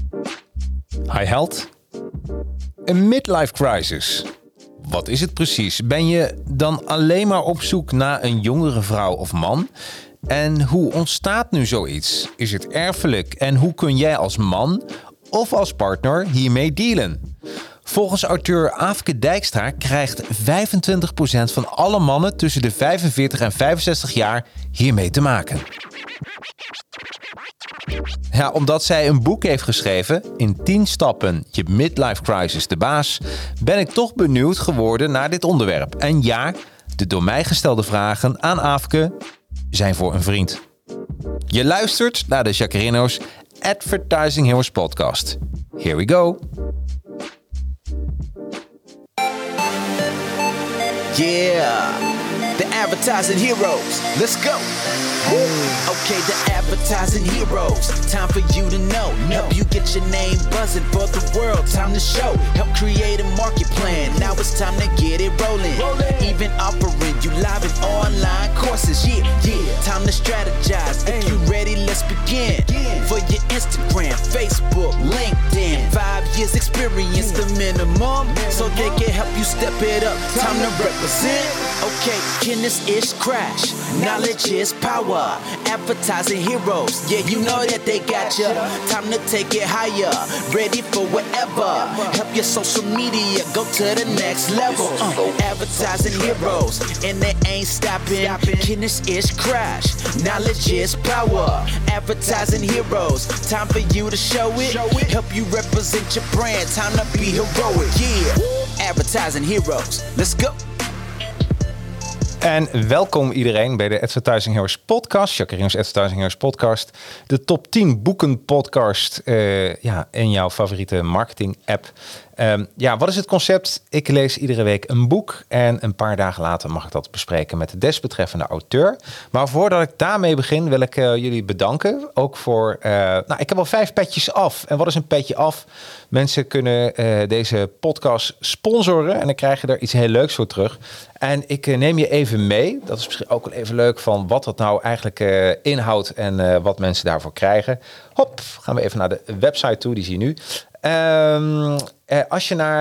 Hi held. Een midlife crisis. Wat is het precies? Ben je dan alleen maar op zoek naar een jongere vrouw of man? En hoe ontstaat nu zoiets? Is het erfelijk? En hoe kun jij als man of als partner hiermee dealen? Volgens auteur Aafke Dijkstra krijgt 25% van alle mannen tussen de 45 en 65 jaar hiermee te maken. Ja, omdat zij een boek heeft geschreven, In 10 stappen, je midlife crisis de baas, ben ik toch benieuwd geworden naar dit onderwerp. En ja, de door mij gestelde vragen aan Aafke zijn voor een vriend. Je luistert naar de Jacarino's Advertising Heroes podcast. Here we go. Yeah, the advertising heroes. Let's go. Okay, the advertising heroes. Time for you to know. Help you get your name buzzing for the world. Time to show. Help create a market plan. Now it's time to get it rolling. Even offering you live and online courses. Yeah. Time to strategize. If you ready, let's begin. For your Instagram, Facebook, LinkedIn. 5 years experience, the minimum. So they can help you step it up. Time to represent. Okay, Guinness is crash. Knowledge is power. Advertising heroes, yeah, you know that they got ya. Time to take it higher, ready for whatever. Help your social media go to the next level. Advertising heroes, and they ain't stopping. Guinness is crash, knowledge is power. Advertising heroes, time for you to show it. Help you represent your brand, time to be heroic, yeah. Advertising heroes, let's go. En welkom iedereen bij de Advertising Heroes podcast, Jacarino's Advertising Heroes podcast. De top 10 boeken podcast in jouw favoriete marketing app. Wat is het concept? Ik lees iedere week een boek en een paar dagen later mag ik dat bespreken met de desbetreffende auteur. Maar voordat ik daarmee begin wil ik jullie bedanken. Ook voor, ik heb al 5 petjes af. En wat is een petje af? Mensen kunnen deze podcast sponsoren en dan krijg je er iets heel leuks voor terug. En ik neem je even mee. Dat is misschien ook wel even leuk van wat dat nou eigenlijk inhoudt en wat mensen daarvoor krijgen. Hop, gaan we even naar de website toe, die zie je nu. Als je naar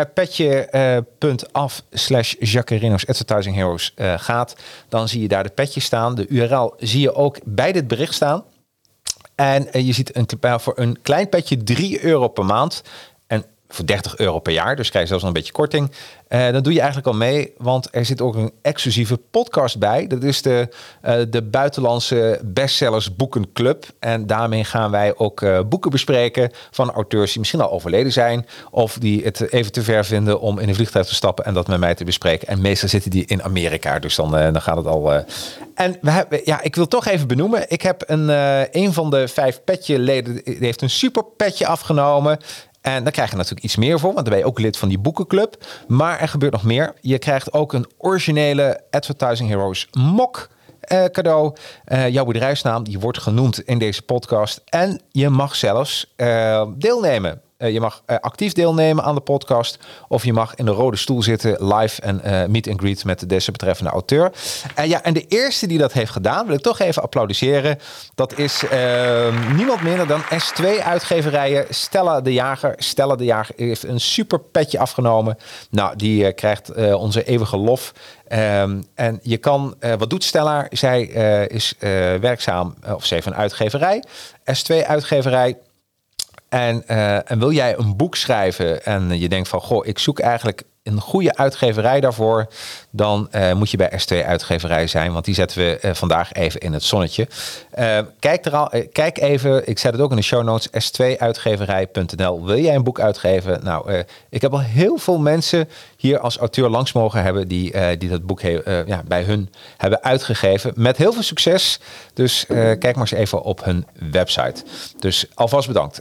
petje.af/Jacarino's Advertising Heroes gaat, dan zie je daar de petjes staan. De URL zie je ook bij dit bericht staan. En je ziet voor een klein petje €3 per maand. En voor €30 per jaar, dus krijg je zelfs nog een beetje korting. Dan doe je eigenlijk al mee, want er zit ook een exclusieve podcast bij. Dat is de buitenlandse bestsellers boekenclub. En daarmee gaan wij ook boeken bespreken van auteurs die misschien al overleden zijn. Of die het even te ver vinden om in een vliegtuig te stappen en dat met mij te bespreken. En meestal zitten die in Amerika, dus dan gaat het al. En ik wil toch even benoemen. Ik heb een van de 5 petje-leden, die heeft een super petje afgenomen. En daar krijg je natuurlijk iets meer voor, want dan ben je ook lid van die boekenclub. Maar er gebeurt nog meer. Je krijgt ook een originele Advertising Heroes mok cadeau. Jouw bedrijfsnaam die wordt genoemd in deze podcast. En je mag zelfs deelnemen. Je mag actief deelnemen aan de podcast. Of je mag in de rode stoel zitten live en meet and greet met de desbetreffende auteur. En de eerste die dat heeft gedaan, wil ik toch even applaudisseren. Dat is niemand minder dan S2 uitgeverijen. Stella de Jager. Stella de Jager heeft een super petje afgenomen. Nou, die krijgt onze eeuwige lof. En je kan, wat doet Stella? Zij is werkzaam, of ze heeft een uitgeverij. S2 uitgeverij. En wil jij een boek schrijven en je denkt van, ik zoek eigenlijk een goede uitgeverij daarvoor, dan moet je bij S2 uitgeverij zijn, want die zetten we vandaag even in het zonnetje. Kijk even, ik zet het ook in de show notes, s2uitgeverij.nl. Wil jij een boek uitgeven? Nou, ik heb al heel veel mensen hier als auteur langs mogen hebben die dat boek bij hun hebben uitgegeven. Met heel veel succes. Dus kijk maar eens even op hun website. Dus alvast bedankt.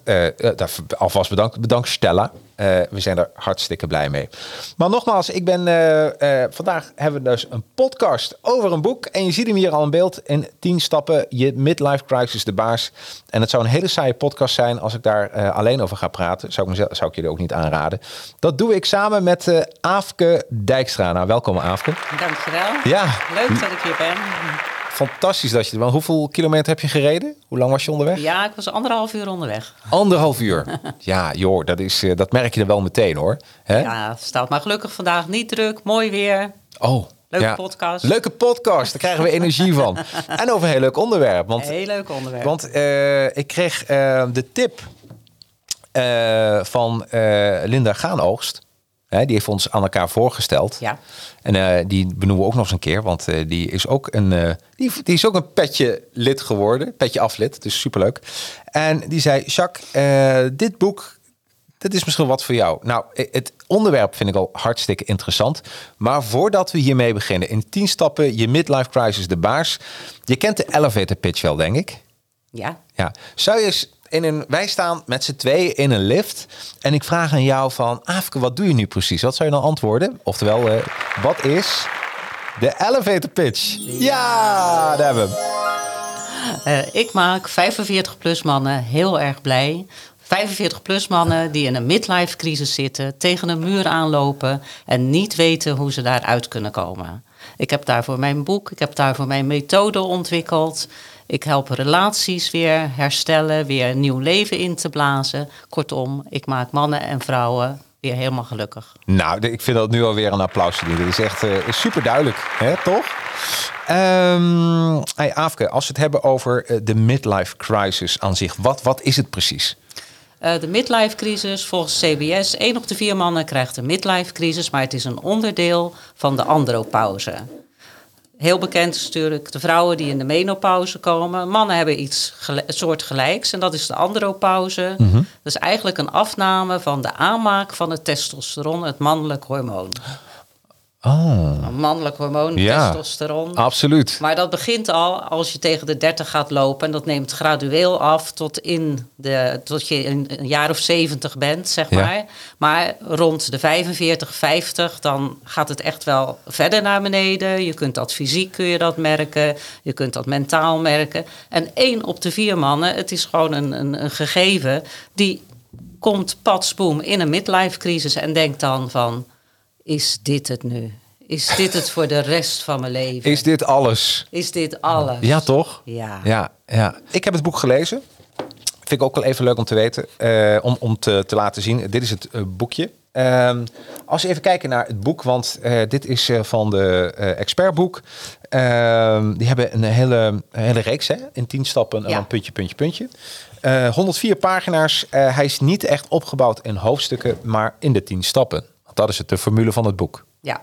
Bedankt Stella. We zijn er hartstikke blij mee. Maar nogmaals, vandaag hebben we dus een podcast over een boek. En je ziet hem hier al in beeld. In 10 stappen, je midlife crisis de baas. En het zou een hele saaie podcast zijn als ik daar alleen over ga praten. Zou ik jullie ook niet aanraden. Dat doe ik samen met Aafke Dijkstra. Nou, welkom Aafke. Dankjewel. Ja. Leuk dat ik hier ben. fantastisch dat je... Want hoeveel kilometer heb je gereden? Hoe lang was je onderweg? Ja, ik was 1,5 uur onderweg. 1,5 uur. Ja, joh, dat merk je er wel meteen, hoor. Hè? Ja, het staat maar gelukkig vandaag niet druk. Mooi weer. Oh, Leuke podcast. Leuke podcast, daar krijgen we energie van. En over een heel leuk onderwerp. Heel leuk onderwerp. Want ik kreeg de tip van Linda Gaanoogst. Die heeft ons aan elkaar voorgesteld. Ja. En die benoemen we ook nog eens een keer. Want die is ook die is ook een petje lid geworden. Petje aflid, dus superleuk. En die zei, Jacques, dit boek... Dat is misschien wat voor jou. Nou, het onderwerp vind ik al hartstikke interessant. Maar voordat we hiermee beginnen... in 10 stappen je midlife crisis de baas. Je kent de elevator pitch wel, denk ik. Ja. Ja. Zou je eens wij staan met z'n tweeën in een lift... en ik vraag aan jou van... Aafke, wat doe je nu precies? Wat zou je dan antwoorden? Oftewel, wat is de elevator pitch? Ja, daar hebben we hem. Ik maak 45-plus mannen heel erg blij... 45-plus mannen die in een midlife crisis zitten, tegen een muur aanlopen en niet weten hoe ze daaruit kunnen komen. Ik heb daarvoor mijn boek, ik heb daarvoor mijn methode ontwikkeld. Ik help relaties weer herstellen, weer een nieuw leven in te blazen. Kortom, ik maak mannen en vrouwen weer helemaal gelukkig. Nou, ik vind dat nu alweer een applaus te doen. Dat is echt super duidelijk, hè, toch? Hey, Aafke, als we het hebben over de midlife crisis aan zich, wat is het precies? De midlife crisis, volgens CBS, 1 op de 4 mannen krijgt een midlife crisis, maar het is een onderdeel van de andropauze. Heel bekend is natuurlijk de vrouwen die in de menopauze komen. Mannen hebben iets soortgelijks en dat is de andropauze. Mm-hmm. Dat is eigenlijk een afname van de aanmaak van het testosteron, het mannelijk hormoon. Oh. Een mannelijk hormoon, Ja, testosteron. Absoluut. Maar dat begint al als je tegen de 30 gaat lopen. En dat neemt gradueel af tot je een jaar of 70 bent, zeg Ja. maar. Maar rond de 45, 50, dan gaat het echt wel verder naar beneden. Je kunt dat fysiek kun je dat merken. Je kunt dat mentaal merken. En 1 op de 4 mannen, het is gewoon een gegeven... die komt patsboom in een midlife crisis en denkt dan van... Is dit het nu? Is dit het voor de rest van mijn leven? Is dit alles? Is dit alles? Ja, toch? Ja. Ja. Ik heb het boek gelezen. Vind ik ook wel even leuk om te weten. Om te laten zien. Dit is het boekje. Als we even kijken naar het boek. Want dit is van de expertboek. Die hebben een hele reeks. Hè? In 10 stappen en Ja. dan puntje. 104 pagina's. Hij is niet echt opgebouwd in hoofdstukken. Maar in de 10 stappen. Dat is de formule van het boek. Ja.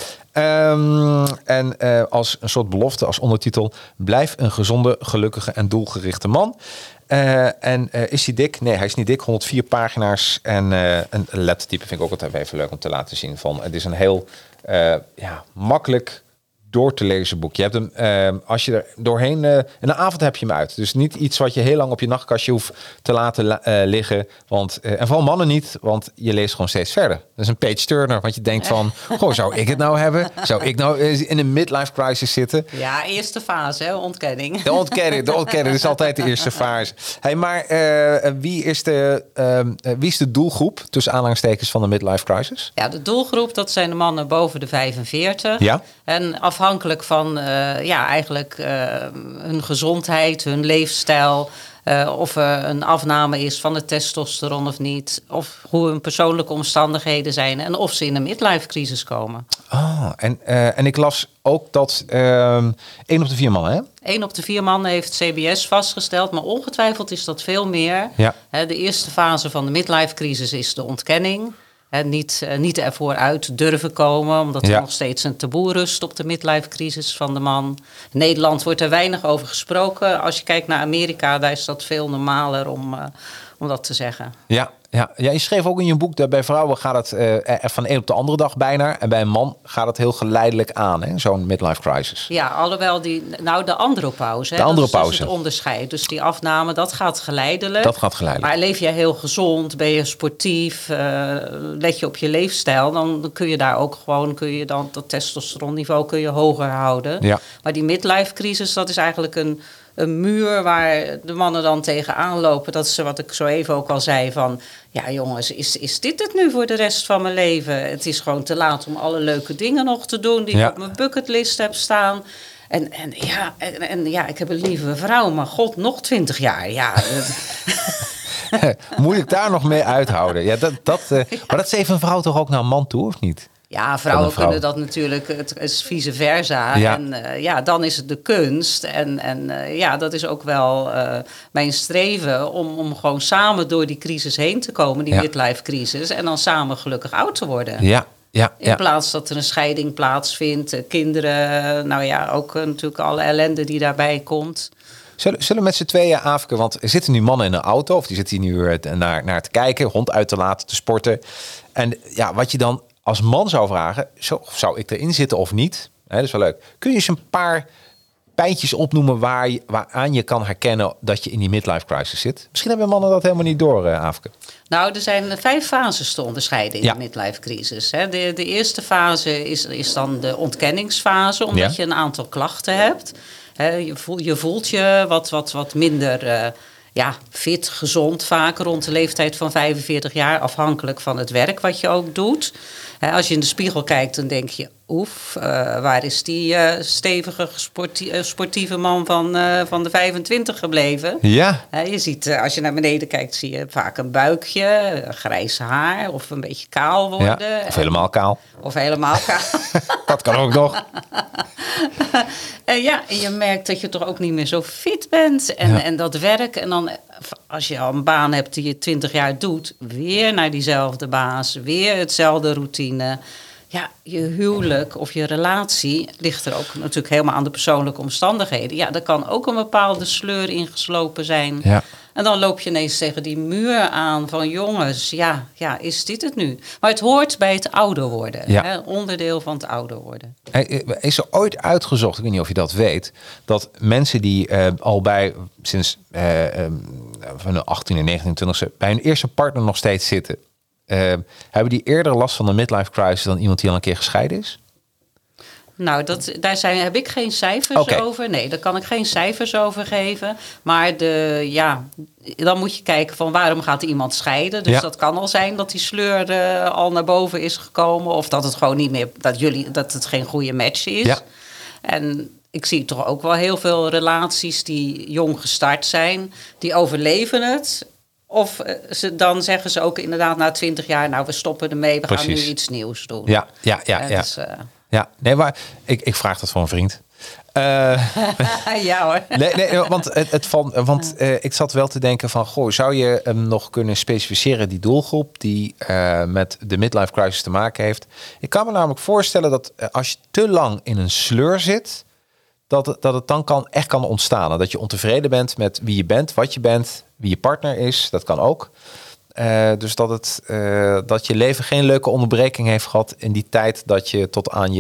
En als een soort belofte, als ondertitel... blijf een gezonde, gelukkige en doelgerichte man. Is hij dik? Nee, hij is niet dik. 104 pagina's. En een lettertype vind ik ook altijd even leuk om te laten zien. Het is een heel makkelijk door te lezen boek. Je hebt hem, als je er doorheen... in een avond heb je hem uit. Dus niet iets wat je heel lang op je nachtkastje hoeft te laten liggen. En vooral mannen niet, want je leest gewoon steeds verder. Dat is een page turner, want je denkt van... Goh, zou ik het nou hebben? Zou ik nou in een midlife crisis zitten? Ja, eerste fase, hè? Ontkenning. De ontkenning is altijd de eerste fase. Hey, maar wie is de doelgroep, tussen aanhalingstekens, van de midlife crisis? Ja, de doelgroep, dat zijn de mannen boven de 45. Ja. En afhankelijk van hun gezondheid, hun leefstijl... of er een afname is van het testosteron of niet... of hoe hun persoonlijke omstandigheden zijn... en of ze in een midlife crisis komen. Oh, en ik las ook dat 1 op de 4 mannen, hè? 1 op de 4 mannen heeft CBS vastgesteld... maar ongetwijfeld is dat veel meer. Ja. De eerste fase van de midlife crisis is de ontkenning... Niet ervoor uit durven komen, omdat er nog steeds een taboe rust op de midlife crisis van de man. In Nederland wordt er weinig over gesproken. Als je kijkt naar Amerika, daar is dat veel normaler om dat te zeggen. Ja, je schreef ook in je boek dat bij vrouwen gaat het van de een op de andere dag bijna. En bij een man gaat het heel geleidelijk aan, hè? Zo'n midlife crisis. Ja, alhoewel de andropauze. De andropauze. Dat is dus het onderscheid. Dus die afname, dat gaat geleidelijk. Dat gaat geleidelijk. Maar leef jij heel gezond, ben je sportief, let je op je leefstijl... dan kun je daar ook gewoon, dat testosteronniveau kun je hoger houden. Ja. Maar die midlife crisis, dat is eigenlijk een muur waar de mannen dan tegenaan lopen. Dat is wat ik zo even ook al zei van... Ja jongens, is dit het nu voor de rest van mijn leven? Het is gewoon te laat om alle leuke dingen nog te doen... die ik op mijn bucketlist heb staan. En ik heb een lieve vrouw, maar god, nog 20 jaar. Ja, Moet ik daar nog mee uithouden? Ja, maar dat is even een vrouw toch ook naar een man toe, of niet? ja, vrouwen kunnen dat natuurlijk, het is vice versa. Ja. En dan is het de kunst. En dat is ook wel mijn streven om gewoon samen door die crisis heen te komen, die midlife crisis. En dan samen gelukkig oud te worden. Ja. In plaats dat er een scheiding plaatsvindt, kinderen, ook natuurlijk alle ellende die daarbij komt. Zullen we met z'n tweeën, Aafke, want er zitten nu mannen in een auto, of die zitten hier nu naar te kijken, hond uit te laten, te sporten. En ja, wat je dan als man zou vragen, zou ik erin zitten of niet? Dat is wel leuk. Kun je eens een paar pijntjes opnoemen waaraan je kan herkennen dat je in die midlife crisis zit? Misschien hebben mannen dat helemaal niet door, Aafke. Nou, er zijn 5 fases te onderscheiden in de midlife crisis. De eerste fase is dan de ontkenningsfase, omdat je een aantal klachten hebt. Je voelt je wat minder fit, gezond, vaak rond de leeftijd van 45 jaar, afhankelijk van het werk wat je ook doet. Als je in de spiegel kijkt, dan denk je, waar is die stevige sportieve man van de 25 gebleven? Ja. Je ziet, als je naar beneden kijkt, zie je vaak een buikje, grijs haar of een beetje kaal worden. Ja, of helemaal kaal. Of helemaal kaal. Dat kan ook nog. En je merkt dat je toch ook niet meer zo fit bent. En dat werk. En dan, als je al een baan hebt die je 20 jaar doet, weer naar diezelfde baas, weer hetzelfde routine. Ja, je huwelijk of je relatie ligt er ook natuurlijk helemaal aan de persoonlijke omstandigheden. Ja, er kan ook een bepaalde sleur ingeslopen zijn. Ja. En dan loop je ineens tegen die muur aan van jongens, is dit het nu? Maar het hoort bij het ouder worden. Ja. Onderdeel van het ouder worden. Is er ooit uitgezocht, ik weet niet of je dat weet, dat mensen die al sinds van de 18e, 19e, bij hun eerste partner nog steeds zitten, hebben die eerder last van de midlife crisis dan iemand die al een keer gescheiden is? Nou, heb ik geen cijfers over. Nee, daar kan ik geen cijfers over geven. Maar dan moet je kijken van waarom gaat iemand scheiden. Dus dat kan al zijn dat die sleur al naar boven is gekomen. Of dat het gewoon niet meer, dat het geen goede match is. Ja. En ik zie toch ook wel heel veel relaties die jong gestart zijn. Die overleven het. Of dan zeggen ze ook inderdaad na 20 jaar, nou we stoppen ermee, we gaan nu iets nieuws doen. Ja. Ja, nee, maar ik vraag dat van een vriend. Ja hoor. Nee, want ik zat wel te denken van, zou je hem nog kunnen specificeren, die doelgroep die met de midlife crisis te maken heeft? Ik kan me namelijk voorstellen dat als je te lang in een sleur zit, dat het dan echt kan ontstaan. Dat je ontevreden bent met wie je bent, wat je bent, wie je partner is. Dat kan ook. Dus dat je leven geen leuke onderbreking heeft gehad in die tijd dat je tot aan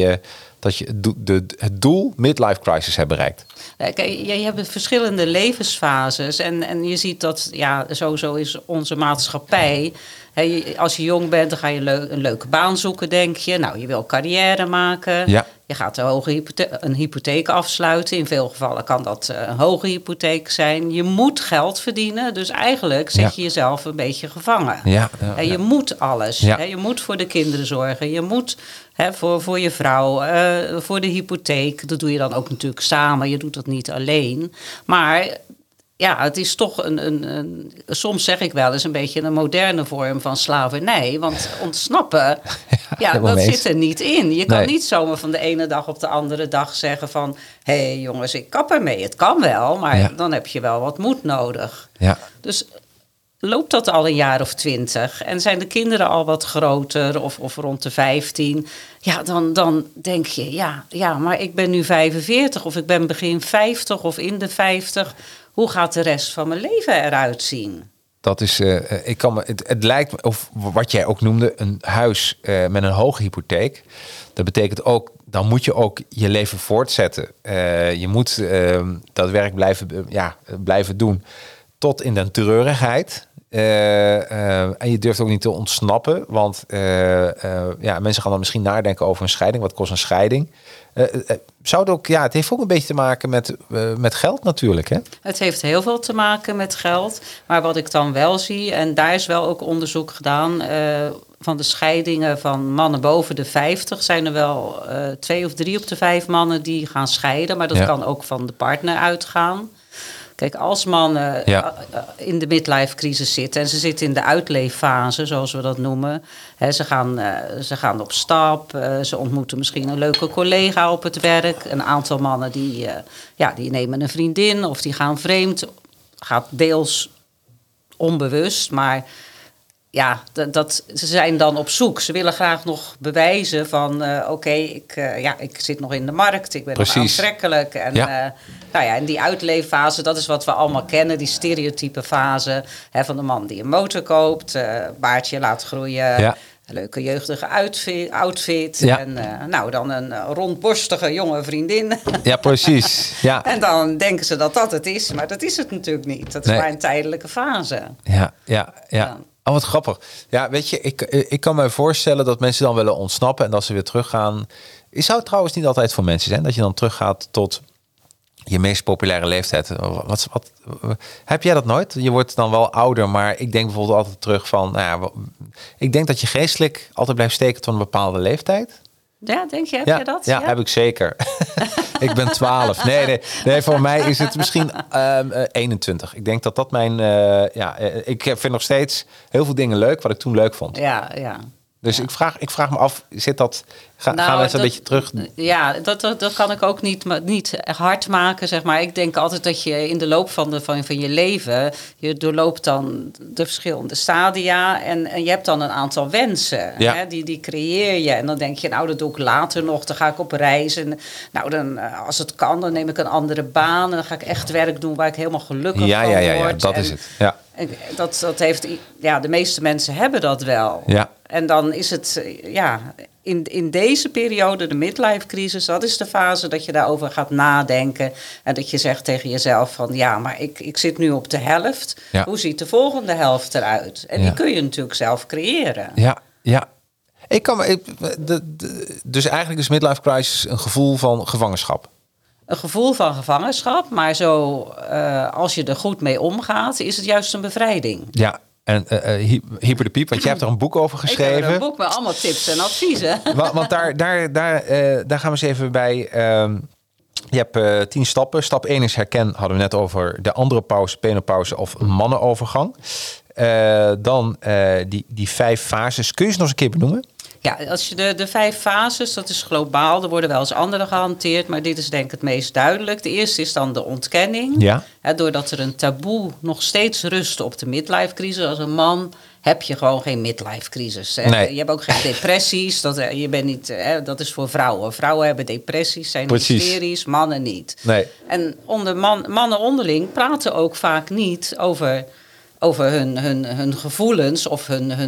het doel midlife crisis hebt bereikt. Kijk, je hebt verschillende levensfases en je ziet dat sowieso is onze maatschappij. Als je jong bent, dan ga je een leuke baan zoeken, denk je. Nou, je wil carrière maken. Ja. Je gaat een hypotheek afsluiten. In veel gevallen kan dat een hoge hypotheek zijn. Je moet geld verdienen. Dus eigenlijk zet je jezelf een beetje gevangen. Je moet alles. Ja. Je moet voor de kinderen zorgen. Je moet voor je vrouw, voor de hypotheek. Dat doe je dan ook natuurlijk samen. Je doet dat niet alleen. Maar het is toch soms zeg ik wel eens een beetje een moderne vorm van slavernij. Want ontsnappen, dat zit er niet in. Je kan niet zomaar van de ene dag op de andere dag zeggen van, hé jongens, ik kap ermee. Het kan wel, maar dan heb je wel wat moed nodig. Ja. Dus loopt dat al een jaar of 20 en zijn de kinderen al wat groter of rond de 15... Ja, dan denk je, maar ik ben nu 45 of ik ben begin 50 of in de 50... Hoe gaat de rest van mijn leven eruit zien? Dat is, het lijkt me, of wat jij ook noemde, een huis met een hoge hypotheek. Dat betekent ook, dan moet je ook je leven voortzetten. Je moet dat werk blijven doen tot in de treurigheid. En je durft ook niet te ontsnappen, want mensen gaan dan misschien nadenken over een scheiding. Wat kost een scheiding? Zou het ook, het heeft ook een beetje te maken met geld natuurlijk, hè? Het heeft heel veel te maken met geld. Maar wat ik dan wel zie, en daar is wel ook onderzoek gedaan, van de scheidingen van mannen boven de 50... zijn er wel 2 of 3 op de 5 mannen die gaan scheiden. Maar dat kan ook van de partner uitgaan. Kijk, als mannen in de midlife-crisis zitten... en ze zitten in de uitleeffase, zoals we dat noemen... Ze gaan op stap, ze ontmoeten misschien een leuke collega op het werk. Een aantal mannen die nemen een vriendin of die gaan vreemd. Gaat deels onbewust, maar... Ja, ze zijn dan op zoek. Ze willen graag nog bewijzen van... ik zit nog in de markt, ik ben nog aantrekkelijk. En in die uitleeffase, dat is wat we allemaal kennen. Die stereotype fase van de man die een motor koopt... baardje laat groeien... Een leuke jeugdige outfit. Ja. En dan een rondborstige jonge vriendin. Ja, precies. Ja. En dan denken ze dat het is. Maar dat is het natuurlijk niet. Dat is maar een tijdelijke fase. Ja. Oh, wat grappig. Ja, weet je, ik kan me voorstellen dat mensen dan willen ontsnappen en dat ze weer teruggaan. Zou het trouwens niet altijd voor mensen zijn dat je dan teruggaat tot je meest populaire leeftijd? Wat heb jij dat nooit? Je wordt dan wel ouder, maar ik denk bijvoorbeeld altijd terug van... ik denk dat je geestelijk altijd blijft steken tot een bepaalde leeftijd. Ja, denk je? Heb je dat? Ja, heb ik zeker. Ik ben 12. Nee, voor mij is het misschien 21. Ik denk dat mijn... ik vind nog steeds heel veel dingen leuk wat ik toen leuk vond. Ja. Dus ik vraag me af, zit dat... Gaan we eens een beetje terug? Ja, dat kan ik ook niet hard maken, zeg maar. Ik denk altijd dat je in de loop van je leven... je doorloopt dan de verschillende stadia... en je hebt dan een aantal wensen. Ja. Hè, die creëer je. En dan denk je, dat doe ik later nog. Dan ga ik op reis. En als het kan, dan neem ik een andere baan. En dan ga ik echt werk doen waar ik helemaal gelukkig van word. Ja, dat is het. Ja. Dat heeft... Ja, de meeste mensen hebben dat wel. Ja. En dan is het... In deze periode, de midlife-crisis, dat is de fase dat je daarover gaat nadenken. En dat je zegt tegen jezelf van, maar ik zit nu op de helft. Ja. Hoe ziet de volgende helft eruit? En die kun je natuurlijk zelf creëren. Ja. Dus eigenlijk is midlife crisis een gevoel van gevangenschap. Een gevoel van gevangenschap, maar als je er goed mee omgaat, is het juist een bevrijding. Ja. En Hyper de Piep, want jij hebt er een boek over geschreven. Ik heb er een boek met allemaal tips en adviezen. Want daar gaan we eens even bij. Je hebt 10 stappen. Stap 1 is herken, hadden we net over de andere pauze, penopauze of mannenovergang. Dan die 5 fases. Kun je ze nog eens een keer benoemen? Ja, als je de 5 fases, dat is globaal. Er worden wel eens andere gehanteerd, maar dit is denk ik het meest duidelijk. De eerste is dan de ontkenning. Ja. Doordat er een taboe nog steeds rust op de midlife-crisis. Als een man heb je gewoon geen midlife-crisis. Nee. Je hebt ook geen depressies. Je bent niet, dat is voor vrouwen. Vrouwen hebben depressies, zijn hysterisch, mannen niet. Nee. En mannen onderling praten ook vaak niet over hun gevoelens of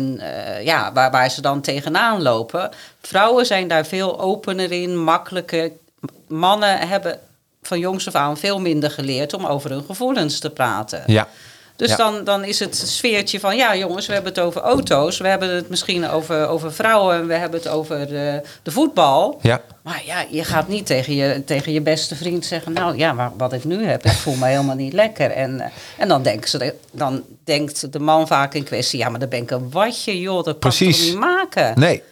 waar ze dan tegenaan lopen. Vrouwen zijn daar veel opener in, makkelijker. Mannen hebben van jongs af aan veel minder geleerd om over hun gevoelens te praten. Ja. Dus dan is het sfeertje van, jongens, we hebben het over auto's. We hebben het misschien over vrouwen. En we hebben het over de voetbal. Ja. Maar je gaat niet tegen je beste vriend zeggen... maar wat ik nu heb, ik voel me helemaal niet lekker. En dan denkt de man vaak in kwestie... maar dan ben ik een watje, joh, dat kan ik toch niet maken? Nee.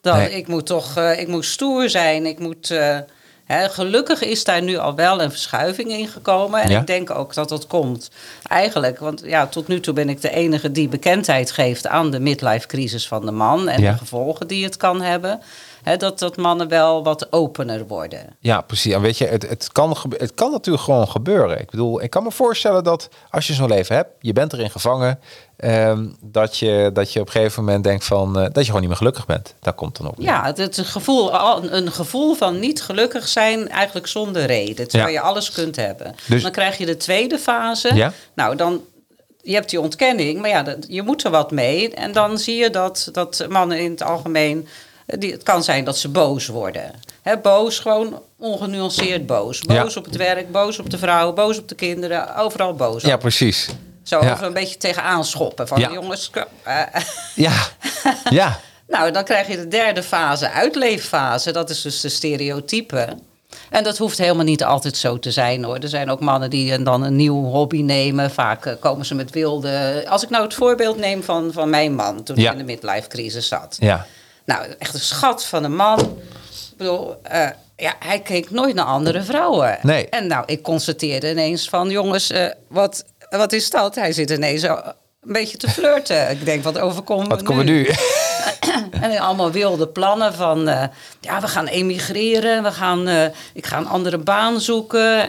Ik moet stoer zijn, ik moet... gelukkig is daar nu al wel een verschuiving in gekomen. En ik denk ook dat dat komt. Eigenlijk, want tot nu toe ben ik de enige die bekendheid geeft... aan de midlife-crisis van de man en de gevolgen die het kan hebben. Dat mannen wel wat opener worden. Ja, precies. En weet je, het kan natuurlijk gewoon gebeuren. Ik bedoel, ik kan me voorstellen dat als je zo'n leven hebt... je bent erin gevangen... dat je op een gegeven moment denkt van... dat je gewoon niet meer gelukkig bent. Daar komt dan op. Ja, een gevoel van niet gelukkig zijn... eigenlijk zonder reden. Terwijl je alles kunt hebben. Dus, dan krijg je de tweede fase. Ja? Je hebt die ontkenning, maar je moet er wat mee. En dan zie je dat mannen in het algemeen... het kan zijn dat ze boos worden. Boos, gewoon ongenuanceerd boos. Boos op het werk, boos op de vrouw, boos op de kinderen. Overal boos op. Ja, precies. Zo even een beetje tegenaan schoppen. Van jongens... Ja. Nou, dan krijg je de derde fase, uitleeffase. Dat is dus de stereotype. En dat hoeft helemaal niet altijd zo te zijn hoor. Er zijn ook mannen die dan een nieuw hobby nemen. Vaak komen ze met wilde... Als ik nou het voorbeeld neem van mijn man... toen hij in de midlife crisis zat. Ja. Nou, echt een schat van een man. Ik bedoel, hij keek nooit naar andere vrouwen. Nee. En nou, ik constateerde ineens van... jongens, wat is dat? Hij zit ineens zo een beetje te flirten. Ik denk, wat overkomt Wat komen we nu? En allemaal wilde plannen van... we gaan emigreren. Ik ga een andere baan zoeken.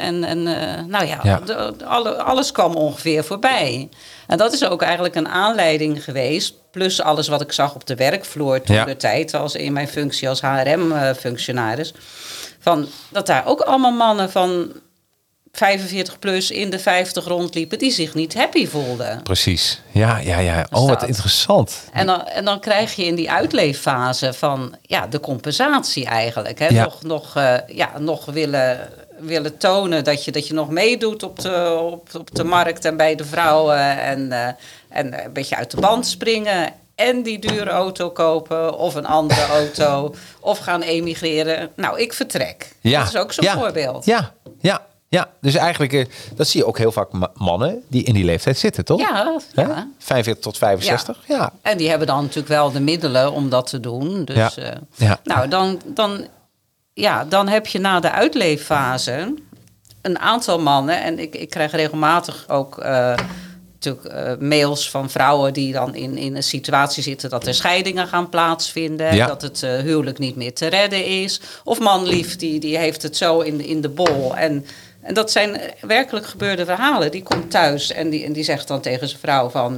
Alles kwam ongeveer voorbij. En dat is ook eigenlijk een aanleiding geweest... plus alles wat ik zag op de werkvloer toen de tijd... als in mijn functie als HRM-functionaris... dat daar ook allemaal mannen van 45 plus in de 50 rondliepen... die zich niet happy voelden. Precies. Ja. Oh, wat interessant. En dan krijg je in die uitleeffase van de compensatie eigenlijk. Hè? Ja. Nog willen tonen dat je nog meedoet op de markt en bij de vrouwen. En een beetje uit de band springen. En die dure auto kopen of een andere auto. Of gaan emigreren. Nou, ik vertrek. Ja. Dat is ook zo'n voorbeeld. Ja, dus eigenlijk, dat zie je ook heel vaak mannen die in die leeftijd zitten, toch? Ja. 45 tot 65, ja. En die hebben dan natuurlijk wel de middelen om dat te doen. Dus, Nou, dan heb je na de uitleeffase een aantal mannen... en ik krijg regelmatig ook mails van vrouwen... die dan in een situatie zitten dat er scheidingen gaan plaatsvinden... Ja. dat het huwelijk niet meer te redden is. Of manlief, die heeft het zo in de bol... En dat zijn werkelijk gebeurde verhalen. Die komt thuis en die zegt dan tegen zijn vrouw van...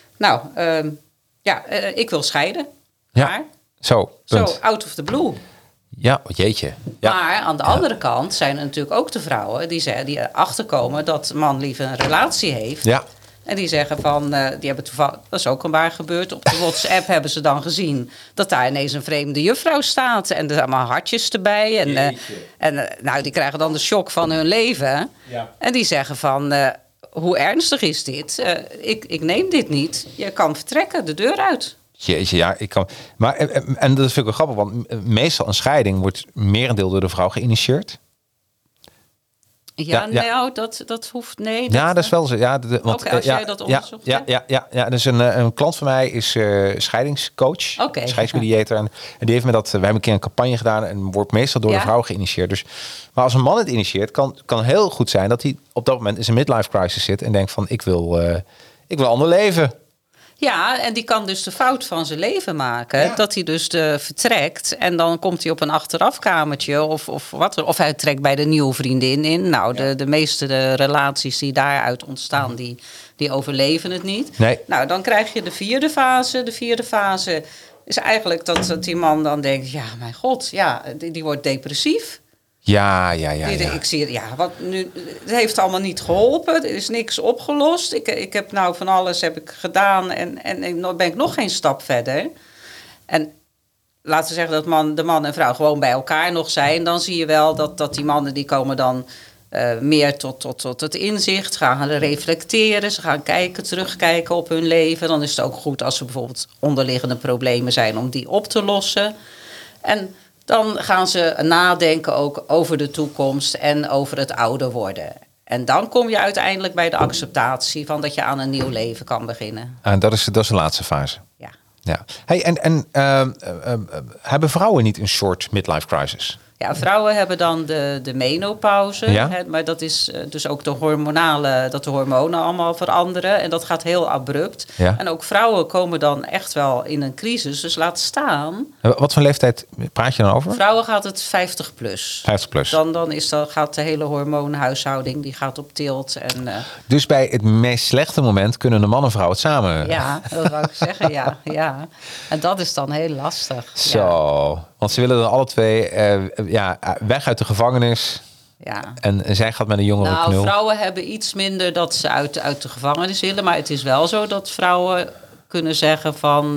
ik wil scheiden. Ja, Maar, zo, punt. zo out of the blue. Ja, jeetje. Ja. Maar aan de andere kant zijn er natuurlijk ook de vrouwen... die achterkomen dat man liever een relatie heeft... Ja. En die zeggen van, die hebben toevallig, dat is ook een waar gebeurd. Op de WhatsApp hebben ze dan gezien dat daar ineens een vreemde juffrouw staat. En er zijn allemaal hartjes erbij. Die krijgen dan de shock van hun leven. Ja. En die zeggen van, hoe ernstig is dit? Ik neem dit niet. Je kan vertrekken, de deur uit. Jeetje, ja, ik kan. Maar, en dat vind ik wel grappig, want meestal een scheiding wordt merendeel door de vrouw geïnitieerd. Nou, dat hoeft... Nee, dat is wel zo. Ja, want, als jij dat onderzoekt. Ja. Dus een klant van mij is scheidingscoach, scheidingsmediator. En die heeft me dat... Wij hebben een keer een campagne gedaan en wordt meestal door de vrouw geïnitieerd. Dus, maar als een man het initieert, kan heel goed zijn dat hij op dat moment in zijn midlife crisis zit en denkt van, ik wil ander leven. Ja, en die kan dus de fout van zijn leven maken. Ja. Dat hij dus vertrekt en dan komt hij op een achterafkamertje of wat. Of hij trekt bij de nieuwe vriendin in. Nou, de meeste relaties die daaruit ontstaan, die overleven het niet. Nee. Nou, dan krijg je de vierde fase. De vierde fase is eigenlijk dat die man dan denkt, ja, mijn god, die wordt depressief. Ja. Ik zie wat nu, het heeft allemaal niet geholpen. Er is niks opgelost. Ik heb nou van alles heb ik gedaan en ben ik nog geen stap verder. En laten we zeggen dat de man en vrouw gewoon bij elkaar nog zijn. Dan zie je wel dat die mannen die komen dan meer tot het inzicht, gaan reflecteren. Ze gaan terugkijken op hun leven. Dan is het ook goed als er bijvoorbeeld onderliggende problemen zijn om die op te lossen. En dan gaan ze nadenken ook over de toekomst en over het ouder worden. En dan kom je uiteindelijk bij de acceptatie van dat je aan een nieuw leven kan beginnen. En dat is de laatste fase. Ja. Hey, en hebben vrouwen niet een soort midlife crisis? Ja, vrouwen hebben dan de menopauze. Ja? Maar dat is dus ook dat de hormonen allemaal veranderen. En dat gaat heel abrupt. Ja. En ook vrouwen komen dan echt wel in een crisis. Dus laat staan. Wat voor leeftijd praat je dan over? Vrouwen gaat het 50 plus. 50 plus. Dan gaat de hele hormoonhuishouding die gaat op tilt. En, dus bij het meest slechte moment kunnen de man en vrouw het samen... Ja, dat wou ik zeggen, ja. En dat is dan heel lastig. Zo, ja. Want ze willen dan alle twee weg uit de gevangenis. Ja. En zij gaat met een jongere knul. Vrouwen hebben iets minder dat ze uit de gevangenis willen. Maar het is wel zo dat vrouwen kunnen zeggen van...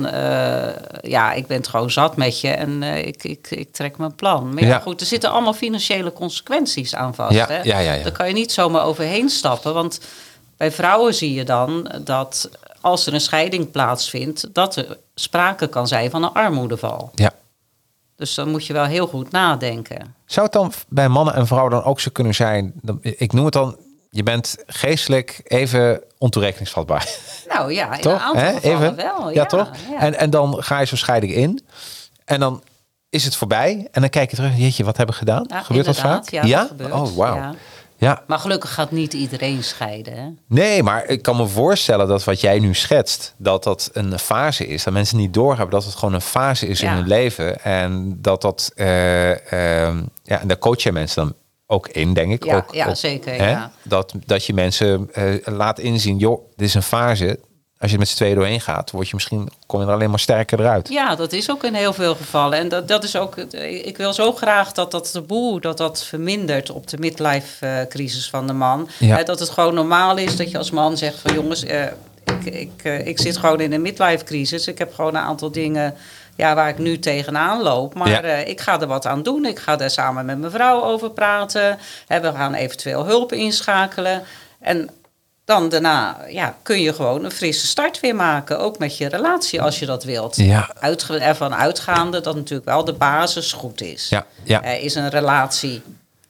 ik ben het gewoon zat met je en ik trek mijn plan. Maar goed, er zitten allemaal financiële consequenties aan vast. Ja, hè? ja. Daar kan je niet zomaar overheen stappen. Want bij vrouwen zie je dan dat als er een scheiding plaatsvindt... dat er sprake kan zijn van een armoedeval. Ja. Dus dan moet je wel heel goed nadenken. Zou het dan bij mannen en vrouwen dan ook zo kunnen zijn? Ik noem het dan, je bent geestelijk even ontoerekeningsvatbaar. Nou ja, in toch? een aantal gevallen wel. Ja, toch? Ja. En dan ga je zo'n scheiding in. En dan is het voorbij. En dan kijk je terug. Jeetje, wat hebben we gedaan? Ja, Gebeurt dat inderdaad. vaak? Ja, dat gebeurt. Oh, wauw. Ja. Ja. Maar gelukkig gaat niet iedereen scheiden. Hè? Nee, maar ik kan me voorstellen dat wat jij nu schetst, dat een fase is. Dat mensen niet doorhebben dat het gewoon een fase is in hun leven. En en daar coach je mensen dan ook in, denk ik. Ja, ook, ja ook, zeker. Hè? Ja. Dat je mensen laat inzien, joh, dit is een fase. Als je met z'n tweeën doorheen gaat, kom je er alleen maar sterker eruit. Ja, dat is ook in heel veel gevallen. En dat is ook. Ik wil zo graag dat taboe dat vermindert op de midlife crisis van de man. Ja. Dat het gewoon normaal is dat je als man zegt van jongens, ik zit gewoon in een midlife crisis. Ik heb gewoon een aantal dingen waar ik nu tegenaan loop. Maar ik ga er wat aan doen. Ik ga daar samen met mijn vrouw over praten. We gaan eventueel hulp inschakelen. En dan daarna kun je gewoon een frisse start weer maken. Ook met je relatie als je dat wilt. Ja. Ervan uitgaande dat natuurlijk wel de basis goed is. Ja. Is een relatie...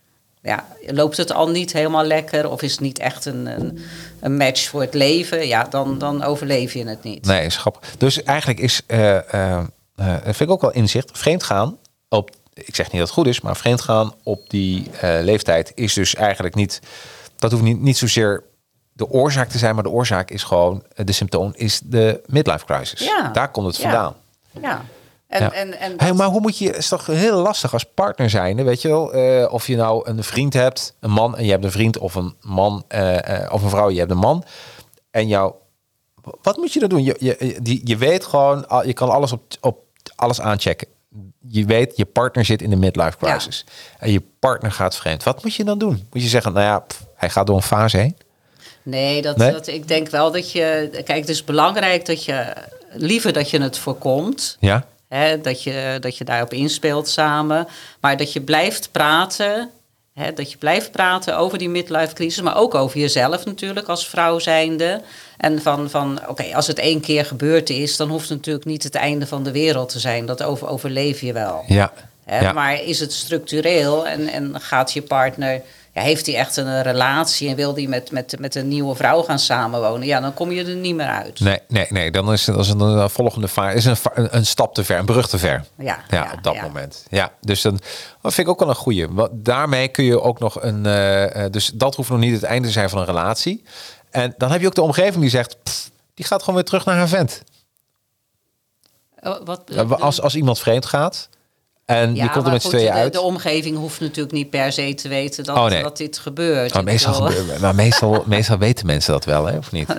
loopt het al niet helemaal lekker... of is het niet echt een match voor het leven... dan overleef je het niet. Nee, is grappig. Dus eigenlijk is... vind ik ook wel inzicht. Vreemdgaan op... Ik zeg niet dat het goed is... maar vreemdgaan op die leeftijd is dus eigenlijk niet... Dat hoeft niet zozeer de oorzaak te zijn... maar de oorzaak is gewoon... De symptoom is de midlife crisis. Ja. Daar komt het vandaan. Ja. Maar hoe moet je... Het is toch heel lastig als partner zijn, weet je wel? Of je nou een vriend hebt, een man... en je hebt een vriend, of een man of een vrouw... je hebt een man. En wat moet je dan doen? Je weet gewoon... Je kan alles op alles aanchecken. Je weet, je partner zit in de midlife crisis. Ja. En je partner gaat vreemd. Wat moet je dan doen? Moet je zeggen, hij gaat door een fase heen? Nee, ik denk wel dat je... Kijk, het is belangrijk dat je... Liever dat je het voorkomt. Ja. Dat je daarop inspeelt samen. Maar dat je blijft praten... dat je blijft praten over die midlife crisis... maar ook over jezelf natuurlijk als vrouw zijnde. En oké, als het 1 keer gebeurd is... dan hoeft het natuurlijk niet het einde van de wereld te zijn. Dat overleef je wel. Ja. Maar is het structureel en gaat je partner... heeft hij echt een relatie en wil hij met een nieuwe vrouw gaan samenwonen... dan kom je er niet meer uit. Nee. Dan is het een volgende fase. Is een stap te ver, een brug te ver. Ja, op dat moment. Ja, dus dat vind ik ook wel een goeie. Daarmee kun je ook nog dus dat hoeft nog niet het einde te zijn van een relatie. En dan heb je ook de omgeving die zegt... die gaat gewoon weer terug naar haar vent. Als iemand vreemd gaat... En je komt er met z'n tweeën uit. De omgeving hoeft natuurlijk niet per se te weten dat dit gebeurt. Maar meestal weten mensen dat wel, hè, of niet?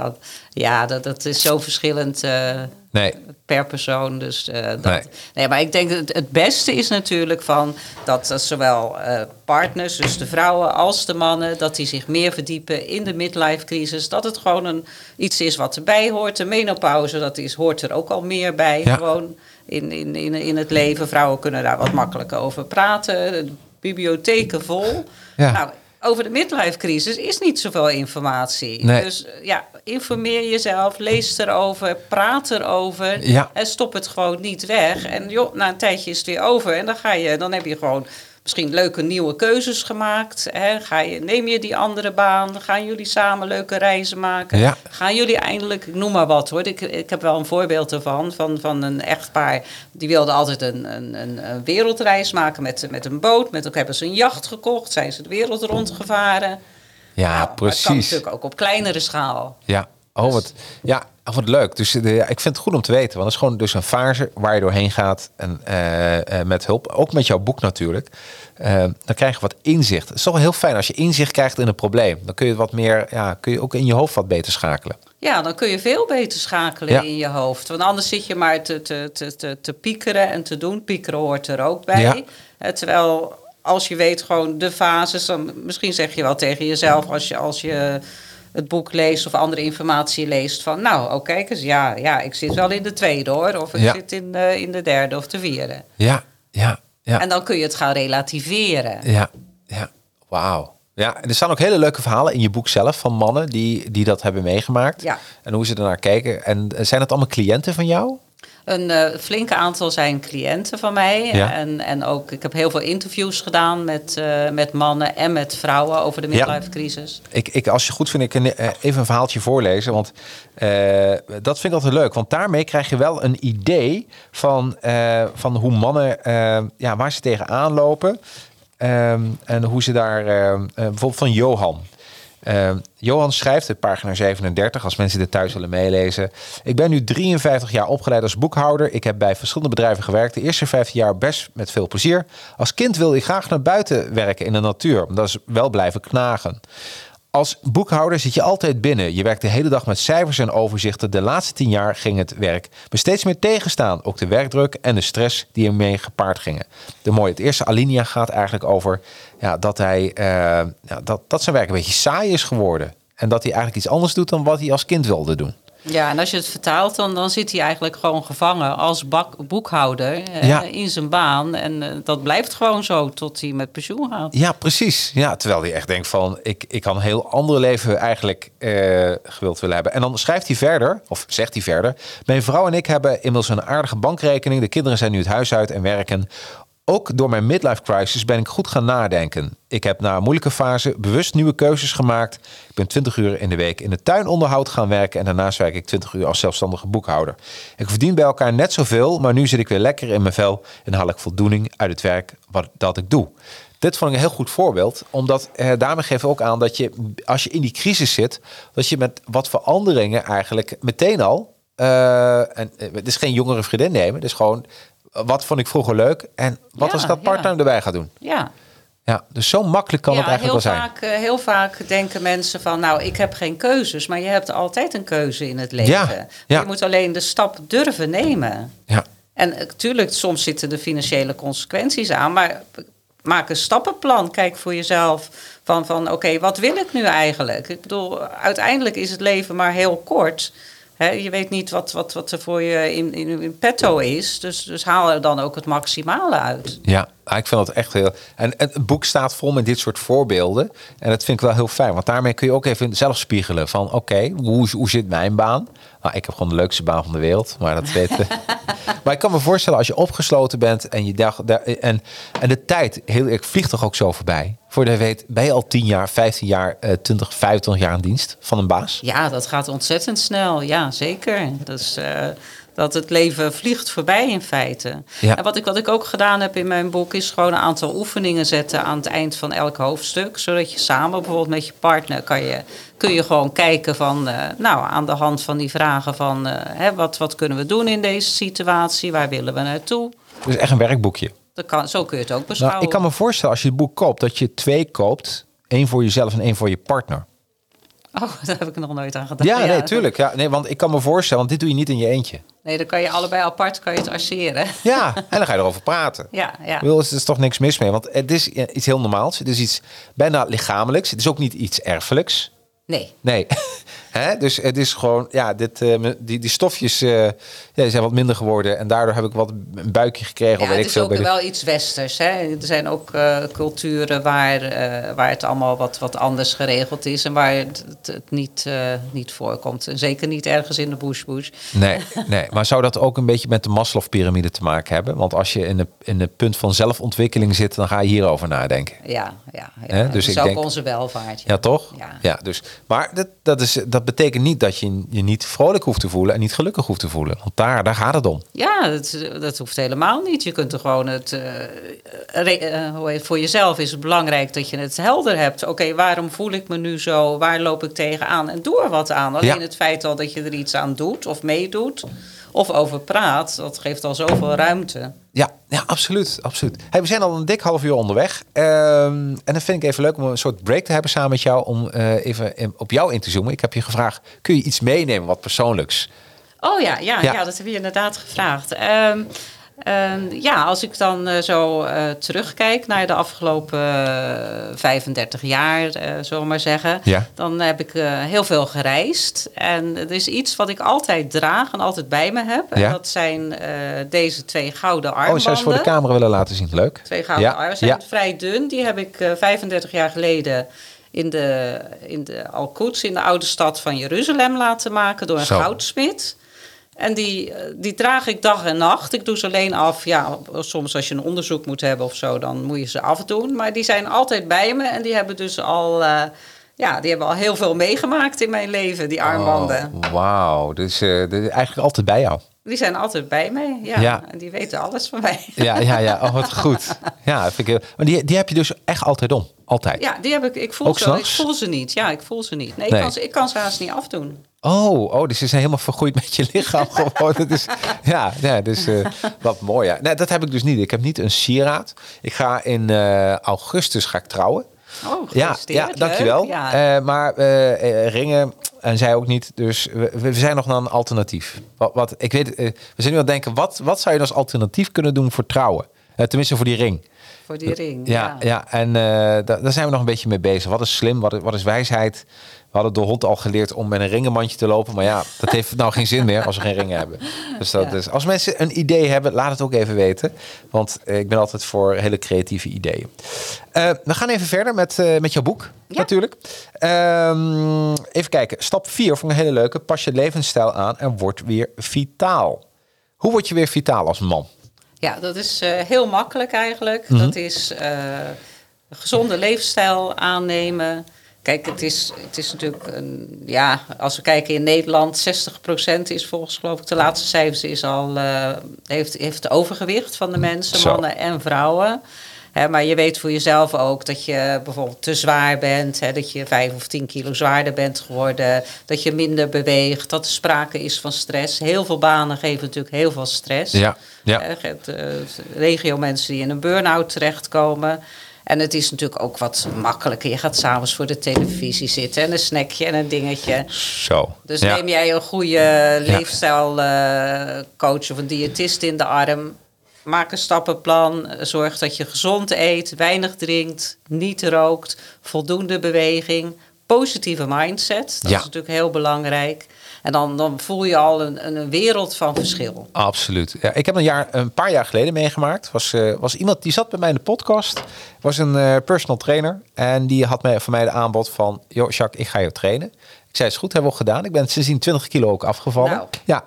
Dat is zo verschillend per persoon. Dus, maar ik denk dat het beste is natuurlijk dat zowel partners, dus de vrouwen als de mannen, dat die zich meer verdiepen in de midlife crisis. Dat het gewoon iets is wat erbij hoort. De menopauze, hoort er ook al meer bij. Ja. Gewoon in het leven. Vrouwen kunnen daar wat makkelijker over praten. De bibliotheken vol. Ja. Nou, over de midlife crisis is niet zoveel informatie. Nee. Dus informeer jezelf, lees erover, praat erover. En stop het gewoon niet weg. En na een tijdje is het weer over. En dan heb je gewoon misschien leuke nieuwe keuzes gemaakt. Neem je die andere baan? Gaan jullie samen leuke reizen maken? Ja. Gaan jullie eindelijk, ik noem maar wat hoor. Ik heb wel een voorbeeld ervan. Van een echtpaar. Die wilde altijd een wereldreis maken met een boot. Ook hebben ze een jacht gekocht. Zijn ze de wereld rondgevaren. Ja, precies. Dat kan natuurlijk ook op kleinere schaal. Ja, wat leuk. Dus ik vind het goed om te weten. Want het is gewoon dus een fase waar je doorheen gaat. En met hulp. Ook met jouw boek natuurlijk. Dan krijg je wat inzicht. Het is toch wel heel fijn als je inzicht krijgt in een probleem. Dan kun je wat meer, kun je ook in je hoofd wat beter schakelen. Ja, dan kun je veel beter schakelen in je hoofd. Want anders zit je maar te piekeren en te doen. Piekeren hoort er ook bij. Ja. Terwijl als je weet gewoon de fases. Dan misschien zeg je wel tegen jezelf als je het boek leest of andere informatie leest van... kijk eens, ik zit wel in de 2e hoor. Of ik zit in de 3e of de 4e. Ja. En dan kun je het gaan relativeren. Ja, wauw. Ja, er staan ook hele leuke verhalen in je boek zelf... van mannen die dat hebben meegemaakt. Ja. En hoe ze ernaar kijken. En zijn het allemaal cliënten van jou? Een flinke aantal zijn cliënten van mij. Ja. En ook, ik heb heel veel interviews gedaan met mannen en met vrouwen over de midlife crisis. Als je goed vindt, even een verhaaltje voorlezen. Want dat vind ik altijd leuk. Want daarmee krijg je wel een idee van hoe mannen, waar ze tegenaan lopen. En hoe ze daar, bijvoorbeeld van Johan. Johan schrijft op pagina 37, als mensen dit thuis willen meelezen. Ik ben nu 53 jaar opgeleid als boekhouder. Ik heb bij verschillende bedrijven gewerkt. De eerste 15 jaar best met veel plezier. Als kind wilde ik graag naar buiten werken in de natuur. Dat is wel blijven knagen. Als boekhouder zit je altijd binnen. Je werkt de hele dag met cijfers en overzichten. De laatste 10 jaar ging het werk me steeds meer tegenstaan. Ook de werkdruk en de stress die ermee gepaard gingen. Het eerste alinea gaat eigenlijk over dat hij dat zijn werk een beetje saai is geworden. En dat hij eigenlijk iets anders doet dan wat hij als kind wilde doen. Ja, en als je het vertaalt, dan zit hij eigenlijk gewoon gevangen als boekhouder in zijn baan. En dat blijft gewoon zo tot hij met pensioen gaat. Ja, precies. Ja, terwijl hij echt denkt van, ik kan een heel ander leven eigenlijk gewild willen hebben. En dan schrijft hij verder, of zegt hij verder. Mijn vrouw en ik hebben inmiddels een aardige bankrekening. De kinderen zijn nu het huis uit en werken. Ook door mijn midlife crisis ben ik goed gaan nadenken. Ik heb na een moeilijke fase bewust nieuwe keuzes gemaakt. Ik ben 20 uur in de week in het tuinonderhoud gaan werken. En daarnaast werk ik 20 uur als zelfstandige boekhouder. Ik verdien bij elkaar net zoveel, maar nu zit ik weer lekker in mijn vel. En haal ik voldoening uit het werk dat ik doe. Dit vond ik een heel goed voorbeeld. Omdat daarmee geven we ook aan dat je, als je in die crisis zit, dat je met wat veranderingen eigenlijk meteen al... en het is geen jongere vriendin nemen. Het is gewoon... Wat vond ik vroeger leuk en wat als ik dat part-time erbij ga doen? Ja, dus zo makkelijk kan het eigenlijk wel zijn. Heel vaak denken mensen van, nou, ik heb geen keuzes. Maar je hebt altijd een keuze in het leven. Ja. Je moet alleen de stap durven nemen. Ja. En natuurlijk, soms zitten de financiële consequenties aan. Maar maak een stappenplan. Kijk voor jezelf van oké, wat wil ik nu eigenlijk? Ik bedoel, uiteindelijk is het leven maar heel kort. Je weet niet wat er voor je in petto is. Dus haal er dan ook het maximale uit. Ja, ik vind dat echt heel... En het boek staat vol met dit soort voorbeelden. En dat vind ik wel heel fijn. Want daarmee kun je ook even zelf spiegelen. Van oké, hoe zit mijn baan? Nou, ik heb gewoon de leukste baan van de wereld. Maar dat weten. Maar ik kan me voorstellen als je opgesloten bent. En je en de tijd vliegt toch ook zo voorbij. Voor je weet ben je al 10 jaar, 15 jaar, 20, 25 jaar in dienst van een baas. Ja, dat gaat ontzettend snel. Ja, zeker. Dus dat het leven vliegt voorbij in feite. Ja. En wat ik ook gedaan heb in mijn boek is gewoon een aantal oefeningen zetten aan het eind van elk hoofdstuk. Zodat je samen bijvoorbeeld met je partner kun je gewoon kijken van, aan de hand van die vragen van wat kunnen we doen in deze situatie? Waar willen we naartoe? Dus echt een werkboekje. Zo kun je het ook beschouwen. Nou, ik kan me voorstellen als je het boek koopt dat je 2 koopt. 1 voor jezelf en 1 voor je partner. Oh, daar heb ik nog nooit aan gedaan. Ja, nee, tuurlijk. Ja, nee, want ik kan me voorstellen, want dit doe je niet in je eentje. Nee, dan kan je allebei apart het arceren. Ja, en dan ga je erover praten. Ja. Er is toch niks mis mee, want het is iets heel normaals. Het is iets bijna lichamelijks. Het is ook niet iets erfelijks. Nee. Dus het is gewoon, die stofjes zijn wat minder geworden. En daardoor heb ik wat een buikje gekregen. Ja, het is ook wel iets westers. Hè? Er zijn ook culturen waar het allemaal wat anders geregeld is. En waar het niet voorkomt. En zeker niet ergens in de bush. Nee, maar zou dat ook een beetje met de Maslow-pyramide te maken hebben? Want als je in het punt van zelfontwikkeling zit, dan ga je hierover nadenken. Ja. Dus dat is ook onze welvaart. Ja, toch? Ja, dus, maar dat betekent niet dat je je niet vrolijk hoeft te voelen en niet gelukkig hoeft te voelen. Want daar gaat het om. Ja, dat hoeft helemaal niet. Je kunt er gewoon voor jezelf is het belangrijk dat je het helder hebt. Oké, waarom voel ik me nu zo? Waar loop ik tegenaan? En doe er wat aan. Alleen het feit al dat je er iets aan doet of meedoet of over praat, dat geeft al zoveel ruimte. Ja, absoluut. Hey, we zijn al een dik half uur onderweg. En dan vind ik even leuk om een soort break te hebben samen met jou. Om even op jou in te zoomen. Ik heb je gevraagd, kun je iets meenemen wat persoonlijks? Oh ja, dat heb je inderdaad gevraagd. Als ik dan zo terugkijk naar de afgelopen 35 jaar, zullen we maar zeggen. Ja. Dan heb ik heel veel gereisd. En het is iets wat ik altijd draag en altijd bij me heb. En dat zijn deze 2 gouden armbanden. Zou je eens voor de camera willen laten zien? Leuk. 2 gouden armbanden. Ze zijn vrij dun. Die heb ik 35 jaar geleden in de Al-Quds, in de oude stad van Jeruzalem, laten maken door een goudsmid. En die draag ik dag en nacht. Ik doe ze alleen af. Ja, soms als je een onderzoek moet hebben of zo, dan moet je ze afdoen. Maar die zijn altijd bij me. En die hebben dus al, die hebben al heel veel meegemaakt in mijn leven, die armbanden. Oh, wauw, dus eigenlijk altijd bij jou. Die zijn altijd bij mij, ja. En die weten alles van mij. Ja. Oh, wat goed. Ja, vind ik, maar die heb je dus echt altijd om? Altijd? Ja, die heb ik. Ik voel ze niet. Ja, ik voel ze niet. Nee, ik kan ze haast niet afdoen. Oh, dus ze zijn helemaal vergroeid met je lichaam. Gewoon. Dus wat mooi. Ja. Nee, dat heb ik dus niet. Ik heb niet een sieraad. Ik ga in augustus trouwen. Oh, gefeliciteerd. Ja, dankjewel. Ja. Maar ringen en zij ook niet. Dus we zijn nog naar een alternatief. Ik weet, we zijn nu aan het denken, wat zou je als alternatief kunnen doen voor trouwen? Tenminste voor die ring. Voor die ring, ja. En daar zijn we nog een beetje mee bezig. Wat is slim? Wat is wijsheid? We hadden de hond al geleerd om met een ringenmandje te lopen. Maar ja, dat heeft nou geen zin meer als we geen ringen hebben. Dus als mensen een idee hebben, laat het ook even weten. Want ik ben altijd voor hele creatieve ideeën. We gaan even verder met jouw boek, natuurlijk. Even kijken. Stap 4 vond ik een hele leuke. Pas je levensstijl aan en word weer vitaal. Hoe word je weer vitaal als man? Ja, dat is heel makkelijk eigenlijk. Mm-hmm. Dat is een gezonde levensstijl aannemen. Kijk, het is natuurlijk, als we kijken in Nederland, 60% is volgens, geloof ik, de laatste cijfers is al, heeft overgewicht van de mensen, mannen en vrouwen. Maar je weet voor jezelf ook dat je bijvoorbeeld te zwaar bent, dat je 5 of 10 kilo zwaarder bent geworden, dat je minder beweegt, dat er sprake is van stress. Heel veel banen geven natuurlijk heel veel stress. Ja. Regio mensen die in een burn-out terechtkomen. En het is natuurlijk ook wat makkelijker. Je gaat 's avonds voor de televisie zitten en een snackje en een dingetje. Zo. Dus neem jij een goede leefstijlcoach of een diëtist in de arm. Maak een stappenplan. Zorg dat je gezond eet, weinig drinkt, niet rookt, voldoende beweging, positieve mindset. Dat is natuurlijk heel belangrijk. En dan voel je al een wereld van verschil. Absoluut. Ja, ik heb een paar jaar geleden meegemaakt. Was iemand die zat bij mij in de podcast. Was een personal trainer. En die had van mij de aanbod van, joh, Jacques, ik ga je trainen. Ik zei, het is goed, hebben we al gedaan. Ik ben sindsdien 20 kilo ook afgevallen. Nou, ja,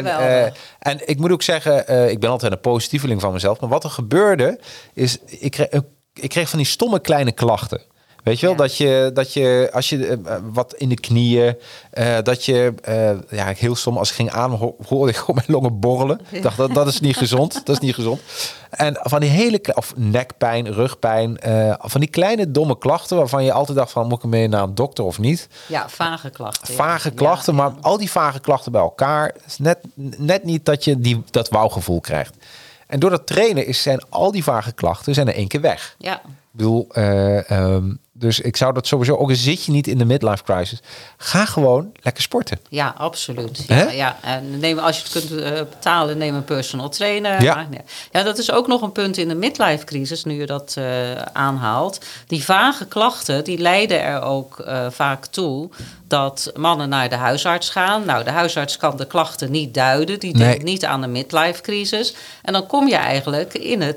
en ik moet ook zeggen, ik ben altijd een positieveling van mezelf. Maar wat er gebeurde, is ik kreeg van die stomme kleine klachten. Weet je wel, dat je als je wat in de knieën, dat je, heel stom, als ik ging ademen, hoorde ik gewoon mijn longen borrelen. Ik dacht, dat is niet gezond. Dat is niet gezond. En van die hele, of nekpijn, rugpijn, van die kleine domme klachten waarvan je altijd dacht van, moet ik mee naar een dokter of niet? Ja, vage klachten. Vage klachten, maar al die vage klachten bij elkaar, is net niet dat je dat wauwgevoel krijgt. En door dat trainen zijn al die vage klachten zijn er 1 keer weg. Ja. Ik bedoel, dus ik zou dat sowieso, ook al zit je niet in de midlife crisis, ga gewoon lekker sporten. Ja, absoluut. Ja. En als je het kunt betalen, neem een personal trainer. Ja. Ja, dat is ook nog een punt in de midlife crisis, nu je dat aanhaalt. Die vage klachten, die leiden er ook vaak toe dat mannen naar de huisarts gaan. Nou, de huisarts kan de klachten niet duiden. Die denkt niet aan de midlife crisis. En dan kom je eigenlijk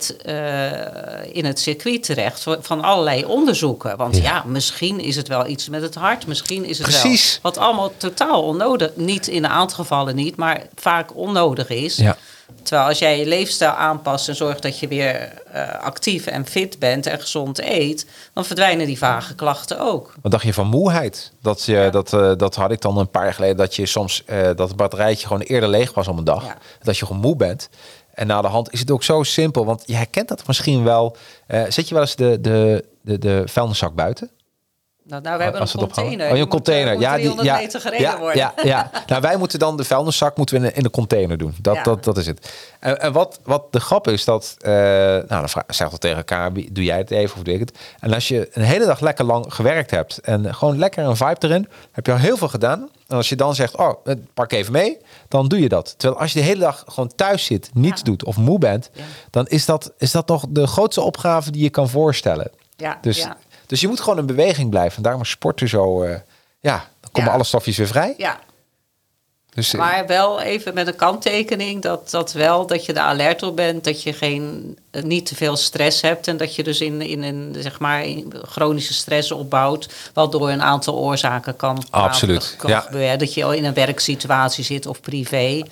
in het circuit terecht van allerlei onderzoeken. Want misschien is het wel iets met het hart. Misschien is het wel wat allemaal totaal onnodig. Niet in een aantal gevallen niet, maar vaak onnodig is. Ja. Terwijl als jij je leefstijl aanpast en zorgt dat je weer actief en fit bent en gezond eet, dan verdwijnen die vage klachten ook. Wat dacht je van moeheid? Dat had ik dan een paar jaar geleden, dat je soms dat het batterijtje gewoon eerder leeg was om een dag. Ja. Dat je gewoon moe bent. En na de hand is het ook zo simpel, want je herkent dat misschien wel. Zet je wel eens de vuilniszak buiten? Nou, we hebben een container. Een container. Moet 300 meter gereden worden. Ja. Nou, wij moeten dan de vuilniszak in de container doen. Dat is het. En wat de grap is, dat dan zeg dat tegen elkaar, doe jij het even of doe ik het? En als je een hele dag lekker lang gewerkt hebt en gewoon lekker een vibe erin, heb je al heel veel gedaan. En als je dan zegt, pak even mee, dan doe je dat. Terwijl als je de hele dag gewoon thuis zit, niets doet of moe bent, dan is dat nog de grootste opgave die je kan voorstellen. Dus je moet gewoon in beweging blijven. Daarom is sporten zo, dan komen alle stofjes weer vrij. Ja. Dus, maar wel even met een kanttekening dat je er alert op bent, dat je niet te veel stress hebt en dat je dus in chronische stress opbouwt, wat door een aantal oorzaken kan absoluut. gebeuren. Dat je in een werksituatie zit of privé.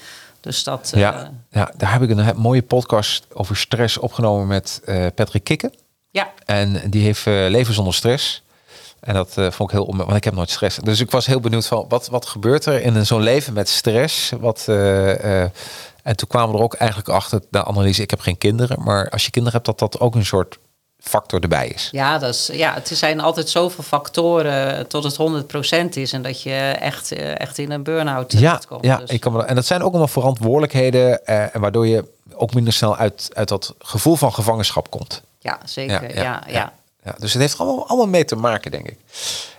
Dus dat... Ja, daar heb ik een mooie podcast over stress opgenomen met Patrick Kikken. Ja. En die heeft Leven zonder stress. En dat vond ik heel want ik heb nooit stress. Dus ik was heel benieuwd van wat gebeurt er in zo'n leven met stress? En toen kwamen we er ook eigenlijk achter, de analyse, ik heb geen kinderen. Maar als je kinderen hebt, dat ook een soort factor erbij is. Ja, het zijn altijd zoveel factoren tot het 100% is. En dat je echt in een burn-out komt. Ja, dus. en dat zijn ook allemaal verantwoordelijkheden. En waardoor je ook minder snel uit dat gevoel van gevangenschap komt. Ja, zeker. Ja. Dus het heeft allemaal mee te maken, denk ik.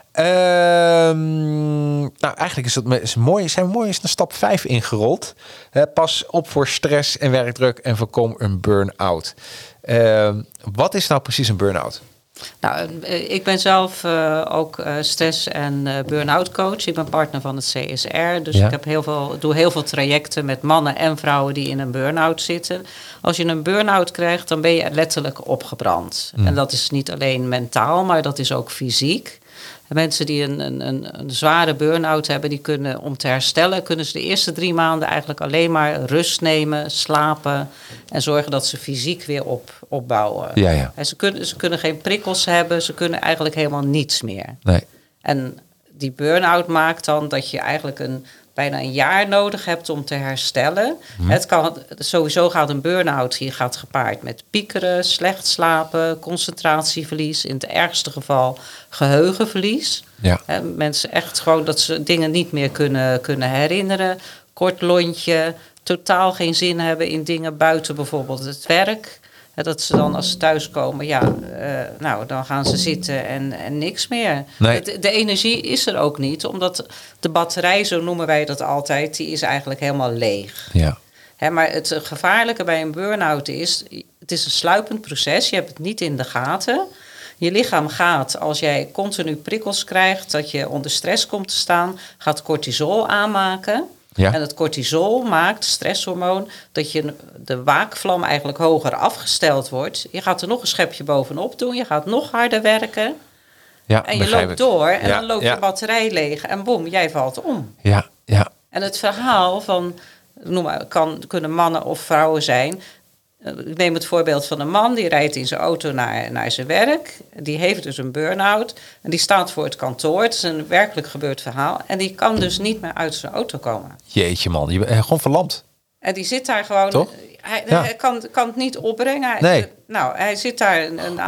Nou, eigenlijk is mooi. Zijn we mooi eens naar stap 5 ingerold. Pas op voor stress en werkdruk en voorkom een burn-out. Wat is nou precies een burn-out? Nou, ik ben zelf ook stress- en burn-out coach. Ik ben partner van het CSR. Dus ik heb doe heel veel trajecten met mannen en vrouwen die in een burn-out zitten. Als je een burn-out krijgt, dan ben je letterlijk opgebrand. En dat is niet alleen mentaal, maar dat is ook fysiek. Mensen die een zware burn-out hebben, die kunnen om te herstellen, kunnen ze de eerste 3 maanden eigenlijk alleen maar rust nemen, slapen en zorgen dat ze fysiek weer opbouwen. Ja. En ze kunnen geen prikkels hebben, ze kunnen eigenlijk helemaal niets meer. Nee. En die burn-out maakt dan dat je eigenlijk bijna een jaar nodig hebt om te herstellen. Sowieso gaat een burn-out hier gaat gepaard met piekeren, slecht slapen, concentratieverlies, in het ergste geval geheugenverlies. Ja. Mensen echt gewoon dat ze dingen niet meer kunnen herinneren. Kort lontje, totaal geen zin hebben in dingen buiten bijvoorbeeld het werk. Dat ze dan als ze thuiskomen, dan gaan ze zitten en niks meer. Nee. De energie is er ook niet, omdat de batterij, zo noemen wij dat altijd, die is eigenlijk helemaal leeg. Ja. Maar het gevaarlijke bij een burn-out is, het is een sluipend proces, je hebt het niet in de gaten. Je lichaam gaat, als jij continu prikkels krijgt, dat je onder stress komt te staan, gaat cortisol aanmaken. Ja. En het cortisol maakt, stresshormoon, dat je de waakvlam eigenlijk hoger afgesteld wordt. Je gaat er nog een schepje bovenop doen. Je gaat nog harder werken. Ja, en je loopt door en dan loopt je batterij leeg. En boem, jij valt om. Ja. En het verhaal van, kunnen mannen of vrouwen zijn. Ik neem het voorbeeld van een man, die rijdt in zijn auto naar zijn werk. Die heeft dus een burn-out. En die staat voor het kantoor. Het is een werkelijk gebeurd verhaal. En die kan dus niet meer uit zijn auto komen. Jeetje man, je bent gewoon verlamd. En die zit daar gewoon... Toch? Hij kan het niet opbrengen. Nee. Hij zit daar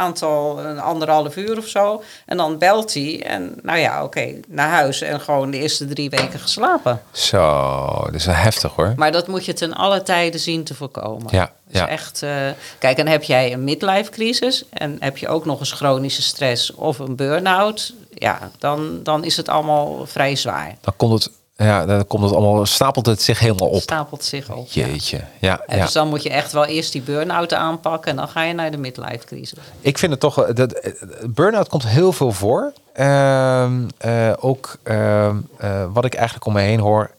een 1,5 uur of zo. En dan belt hij. En naar huis. En gewoon de eerste 3 weken geslapen. Zo, dat is wel heftig hoor. Maar dat moet je ten alle tijden zien te voorkomen. Ja. Dus echt, kijk, en heb jij een midlife crisis en heb je ook nog eens chronische stress of een burn-out, dan is het allemaal vrij zwaar. Dan komt het allemaal, stapelt het zich helemaal op. Stapelt zich op. Jeetje. Ja. Dus dan moet je echt wel eerst die burn-out aanpakken en dan ga je naar de midlife crisis. Ik vind het toch, burn-out komt heel veel voor. Wat ik eigenlijk om me heen hoor.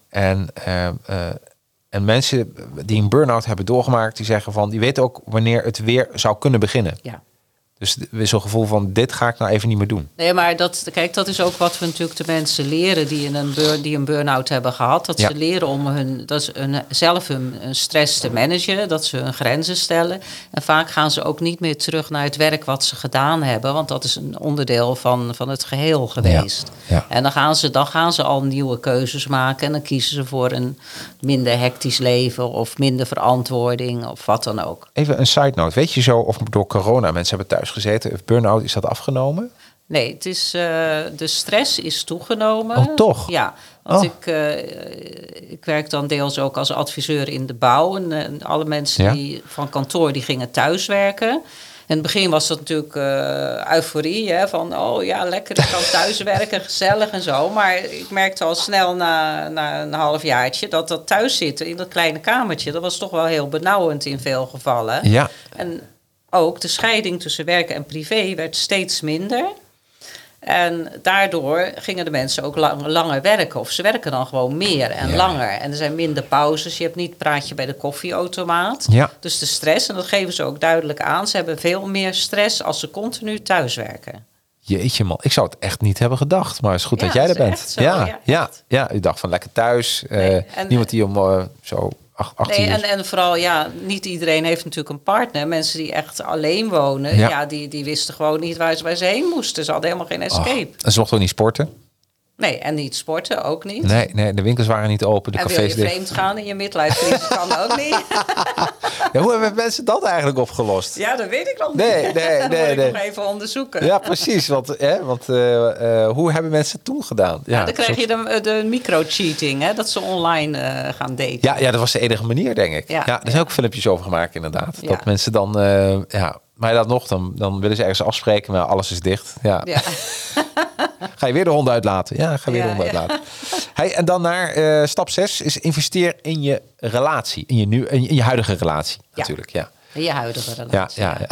En mensen die een burn-out hebben doorgemaakt, die zeggen van, die weten ook wanneer het weer zou kunnen beginnen. Ja. Dus zo'n gevoel van, dit ga ik nou even niet meer doen. Nee, maar dat is ook wat we natuurlijk de mensen leren die een burn-out hebben gehad. Dat ze leren om zelf hun stress te managen, dat ze hun grenzen stellen. En vaak gaan ze ook niet meer terug naar het werk wat ze gedaan hebben, want dat is een onderdeel van het geheel geweest. Ja. En dan gaan ze al nieuwe keuzes maken en dan kiezen ze voor een minder hectisch leven of minder verantwoording of wat dan ook. Even een side note. Weet je zo of door corona mensen hebben thuis gezeten? Of burn-out, is dat afgenomen? Nee, het is, de stress is toegenomen. Oh, toch? Ja, want ik werk dan deels ook als adviseur in de bouw. En alle mensen die van kantoor die gingen thuiswerken. In het begin was dat natuurlijk euforie. Hè, van, lekker, ik kan thuiswerken, gezellig en zo. Maar ik merkte al snel na een halfjaartje dat thuiszitten in dat kleine kamertje, dat was toch wel heel benauwend in veel gevallen. Ja. En ook de scheiding tussen werken en privé werd steeds minder. En daardoor gingen de mensen ook langer werken. Of ze werken dan gewoon meer en langer. En er zijn minder pauzes. Je hebt niet praatje bij de koffieautomaat. Ja. Dus de stress, en dat geven ze ook duidelijk aan. Ze hebben veel meer stress als ze continu thuiswerken. Jeetje man, ik zou het echt niet hebben gedacht. Maar het is goed dat jij er bent. Echt zo, ja, u dacht van lekker thuis. Niemand die om zo 18 Nee, is. en vooral, niet iedereen heeft natuurlijk een partner. Mensen die echt alleen wonen, die wisten gewoon niet waar ze heen moesten. Ze hadden helemaal geen escape. En ze mochten ook niet sporten. Nee, en niet sporten, ook niet. Nee, de winkels waren niet open, de en wil cafés je dicht. vreemd gaan in je midlife crisis, kan ook niet. Ja, hoe hebben mensen dat eigenlijk opgelost? Ja, dat weet ik nog Nee, niet. nee, Dat nee, moet ik nee. nog even onderzoeken. Ja, precies. Want hoe hebben mensen het toen gedaan? Ja, Dan krijg je de micro-cheating, hè, dat ze online gaan daten. Ja, dat was de enige manier, denk ik. Ja. Ja, er zijn ook filmpjes over gemaakt, inderdaad. Ja. Dat mensen dan, maar dat nog, dan willen ze ergens afspreken, maar alles is dicht. Ja. Ja. Ga je weer de hond uitlaten? Ja, ga weer de hond Ja. uitlaten. Hey, en dan naar stap 6 is investeer in je relatie. In je huidige relatie, natuurlijk. Ja. In je huidige relatie. Ja.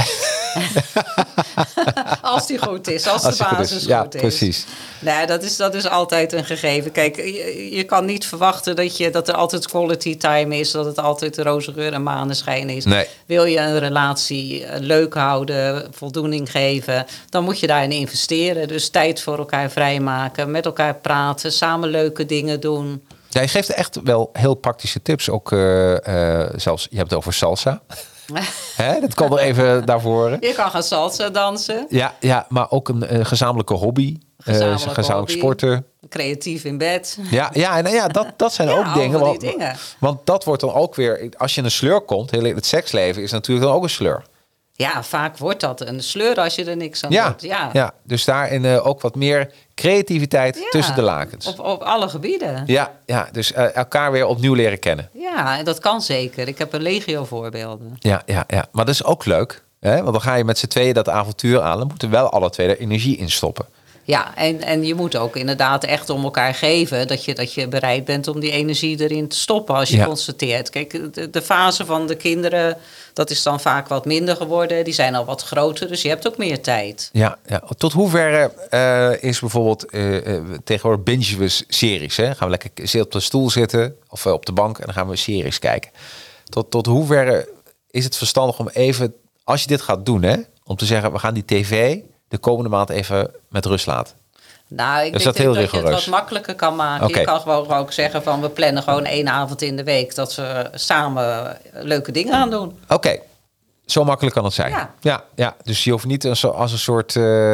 Als die goed is, als Als de die goed basis is. goed Ja, is. precies. Nee, dat is altijd een gegeven. Kijk, je kan niet verwachten dat er altijd quality time is, dat het altijd roze geur en maneschijn is. Nee. Wil je een relatie leuk houden, voldoening geven, dan moet je daarin investeren. Dus tijd voor elkaar vrijmaken, met elkaar praten, samen leuke dingen doen. Ja, je geeft echt wel heel praktische tips. Ook zelfs, je hebt het over salsa. Hè, dat kan er even naar voren. Je kan gaan salsa dansen, Ja, maar ook een gezamenlijke hobby. Gezamenlijk hobby. sporten. creatief in bed. Ja, dat zijn Ja, ook dingen. allemaal die dingen. Want dat wordt dan ook weer... Als je in een sleur komt, het seksleven is natuurlijk dan ook een sleur. Ja, vaak wordt dat een sleur als je er niks aan Ja, doet. ja, dus daarin ook wat meer creativiteit Ja, tussen de lakens. Op alle gebieden. Ja, dus elkaar weer opnieuw leren kennen. Ja, en dat kan zeker. Ik heb een legio voorbeelden. Ja. Maar dat is ook leuk. Hè? Want dan ga je met z'n tweeën dat avontuur aan. Dan moeten wel alle twee er energie in stoppen. Ja, en je moet ook inderdaad echt om elkaar geven dat je bereid bent om die energie erin te stoppen als je constateert. Kijk, de fase van de kinderen, dat is dan vaak wat minder geworden. Die zijn al wat groter, dus je hebt ook meer tijd. Ja. Tot hoeverre is bijvoorbeeld tegenwoordig bingen we series? Hè? Gaan we lekker op de stoel zitten of op de bank en dan gaan we series kijken. Tot hoeverre is het verstandig om even, als je dit gaat doen, hè, om te zeggen we gaan die tv de komende maand even met rust laten? Nou, ik Dus denk dat heel dat je het rigoureus? wat makkelijker kan maken. Oké. Je kan gewoon ook zeggen van we plannen gewoon 1 avond in de week dat we samen leuke dingen gaan doen. Oké. Zo makkelijk kan het zijn. Ja. Dus je hoeft niet als een soort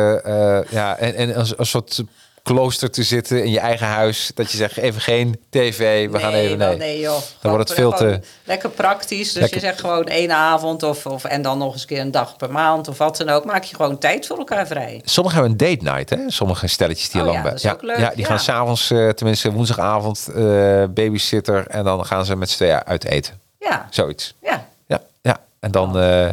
een soort klooster te zitten in je eigen huis. Dat je zegt even geen tv. We gaan even Nee joh. Dan wordt het veel te lekker praktisch. Dus lekker. je zegt gewoon 1 avond of en dan nog eens een keer een dag per maand of wat dan ook. Maak je gewoon tijd voor elkaar vrij. Sommigen hebben een date night, hè? Sommige stelletjes die Oh lang ja, bij. dat is ook leuk, Ja, die gaan ja. s'avonds, tenminste woensdagavond, babysitter. En dan gaan ze met z'n tweeën uit eten. Ja, Zoiets. ja. Ja. En dan,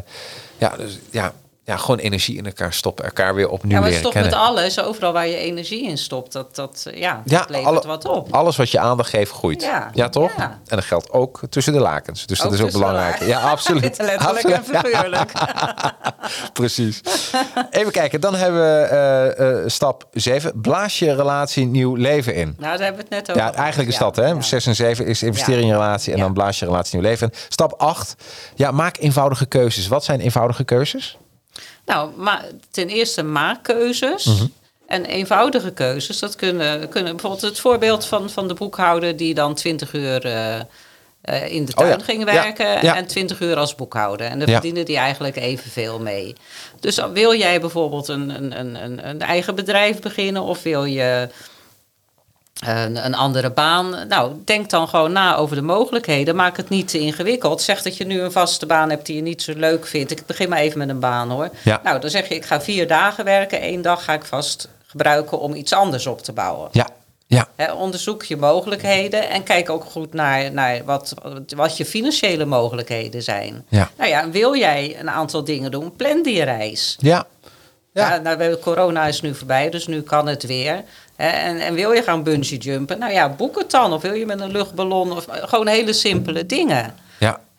gewoon energie in elkaar stoppen. Elkaar weer opnieuw Ja, maar leren stop kennen. met alles. Overal waar je energie in stopt, dat levert wat op. Alles wat je aandacht geeft, groeit. Ja, toch? Ja. En dat geldt ook tussen de lakens. Dus dat is ook tussen de belangrijk. lakens. Ja, absoluut. Letterlijk en figuurlijk. Precies. Even kijken. Dan hebben we stap 7. Blaas je relatie nieuw leven in. Nou, daar hebben we het net over. Ja, eigenlijk is dat, hè? Ja. 6 en 7 is investeren in je relatie en Ja. dan blaas je relatie nieuw leven in. Stap 8. Ja, maak eenvoudige keuzes. Wat zijn eenvoudige keuzes? Nou, maar ten eerste maak keuzes. En eenvoudige keuzes, dat kunnen bijvoorbeeld het voorbeeld van de boekhouder die dan 20 uur in de tuin ging werken en 20 uur als boekhouder. En daar verdiende die eigenlijk evenveel mee. Dus wil jij bijvoorbeeld een eigen bedrijf beginnen of wil je een andere baan? Nou, denk dan gewoon na over de mogelijkheden. Maak het niet te ingewikkeld. Zeg dat je nu een vaste baan hebt die je niet zo leuk vindt. Ik begin maar even met een baan hoor. Ja. Nou, dan zeg je ik ga 4 dagen werken. 1 dag ga ik vast gebruiken om iets anders op te bouwen. Ja. Onderzoek je mogelijkheden en kijk ook goed naar wat je financiële mogelijkheden zijn. Ja. Nou ja, wil jij een aantal dingen doen, plan die reis. Ja. Corona is nu voorbij, dus nu kan het weer. En wil je gaan bungee jumpen? Nou ja, boek het dan. Of wil je met een luchtballon? Of gewoon hele simpele dingen. Ja.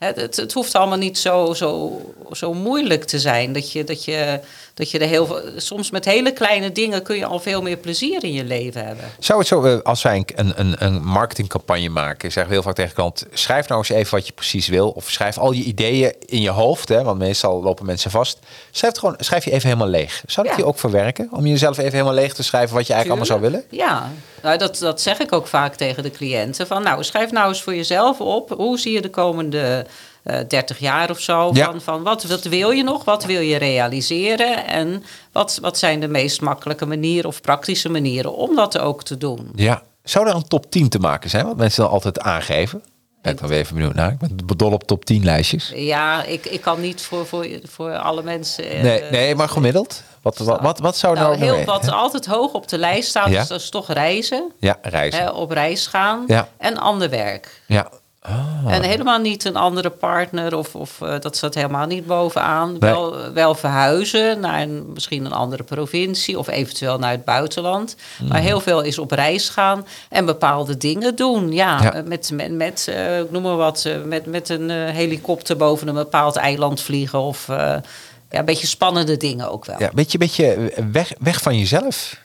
Het hoeft allemaal niet zo moeilijk te zijn. Dat je er heel veel... Soms met hele kleine dingen kun je al veel meer plezier in je leven hebben. Zou het zo, als wij een marketingcampagne maken, zeggen we heel vaak tegen klant, schrijf nou eens even wat je precies wil. Of schrijf al je ideeën in je hoofd. Hè, want meestal lopen mensen vast. Schrijf je even helemaal leeg. Zou dat je ook verwerken? Om jezelf even helemaal leeg te schrijven wat je eigenlijk allemaal zou willen? Ja, nou, dat zeg ik ook vaak tegen de cliënten. Van, nou, schrijf nou eens voor jezelf op. Hoe zie je de komende 30 jaar of zo? Van wat wil je nog? Wat wil je realiseren? En wat zijn de meest makkelijke manieren of praktische manieren om dat ook te doen? Ja. Zou er een top 10 te maken zijn? Wat mensen dan altijd aangeven? Ben ik dan weer even benieuwd naar. Ik ben dol op top 10 lijstjes. Ja, ik kan niet voor alle mensen... Nee, maar gemiddeld? Wat zou nou heel wat altijd hoog op de lijst staat, dus dat is toch reizen. Ja, reizen. Op reis gaan en ander werk. Ja. Oh. En helemaal niet een andere partner of dat staat helemaal niet bovenaan. Nee. Wel verhuizen naar misschien een andere provincie of eventueel naar het buitenland. Maar heel veel is op reis gaan en bepaalde dingen doen. Ja. Met ik noem maar wat, met een helikopter boven een bepaald eiland vliegen of een beetje spannende dingen ook wel. Ja, beetje weg van jezelf.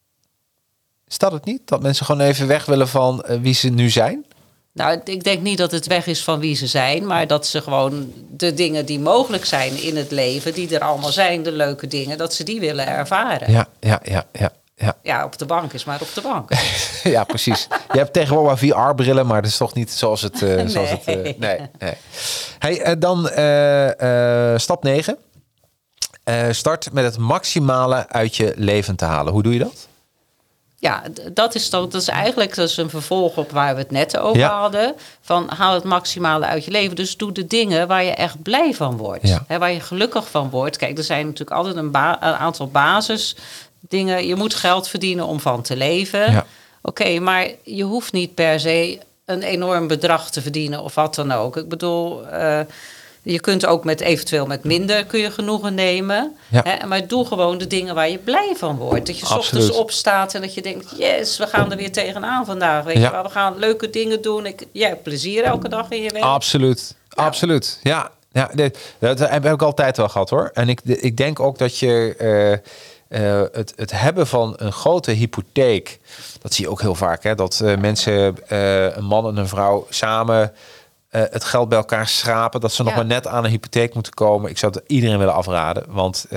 Is dat het niet? Dat mensen gewoon even weg willen van wie ze nu zijn? Nou, ik denk niet dat het weg is van wie ze zijn, maar dat ze gewoon de dingen die mogelijk zijn in het leven, die er allemaal zijn, de leuke dingen, dat ze die willen ervaren. Ja. Ja, op de bank is maar op de bank. Ja, precies. Je hebt tegenwoordig VR-brillen, maar dat is toch niet zoals het... Nee. Hey, dan stap 9. Start met het maximale uit je leven te halen. Hoe doe je dat? Ja, dat is eigenlijk een vervolg op waar we het net over hadden. Van haal het maximale uit je leven. Dus doe de dingen waar je echt blij van wordt. Ja. Waar je gelukkig van wordt. Kijk, er zijn natuurlijk altijd een aantal basisdingen. Je moet geld verdienen om van te leven. Ja. Oké, maar je hoeft niet per se een enorm bedrag te verdienen of wat dan ook. Ik bedoel... je kunt ook eventueel met minder kun je genoegen nemen. Ja. Hè? Maar doe gewoon de dingen waar je blij van wordt. Dat je 's ochtends opstaat en dat je denkt... yes, we gaan er weer tegenaan vandaag. Weet je wel, we gaan leuke dingen doen. Jij hebt plezier elke dag in je werk. Absoluut. Ja, dat heb ik altijd wel gehad hoor. En ik denk ook dat je... het hebben van een grote hypotheek... dat zie je ook heel vaak. Hè? Dat mensen, een man en een vrouw samen... het geld bij elkaar schrapen, dat ze nog maar net aan een hypotheek moeten komen. Ik zou het iedereen willen afraden. Want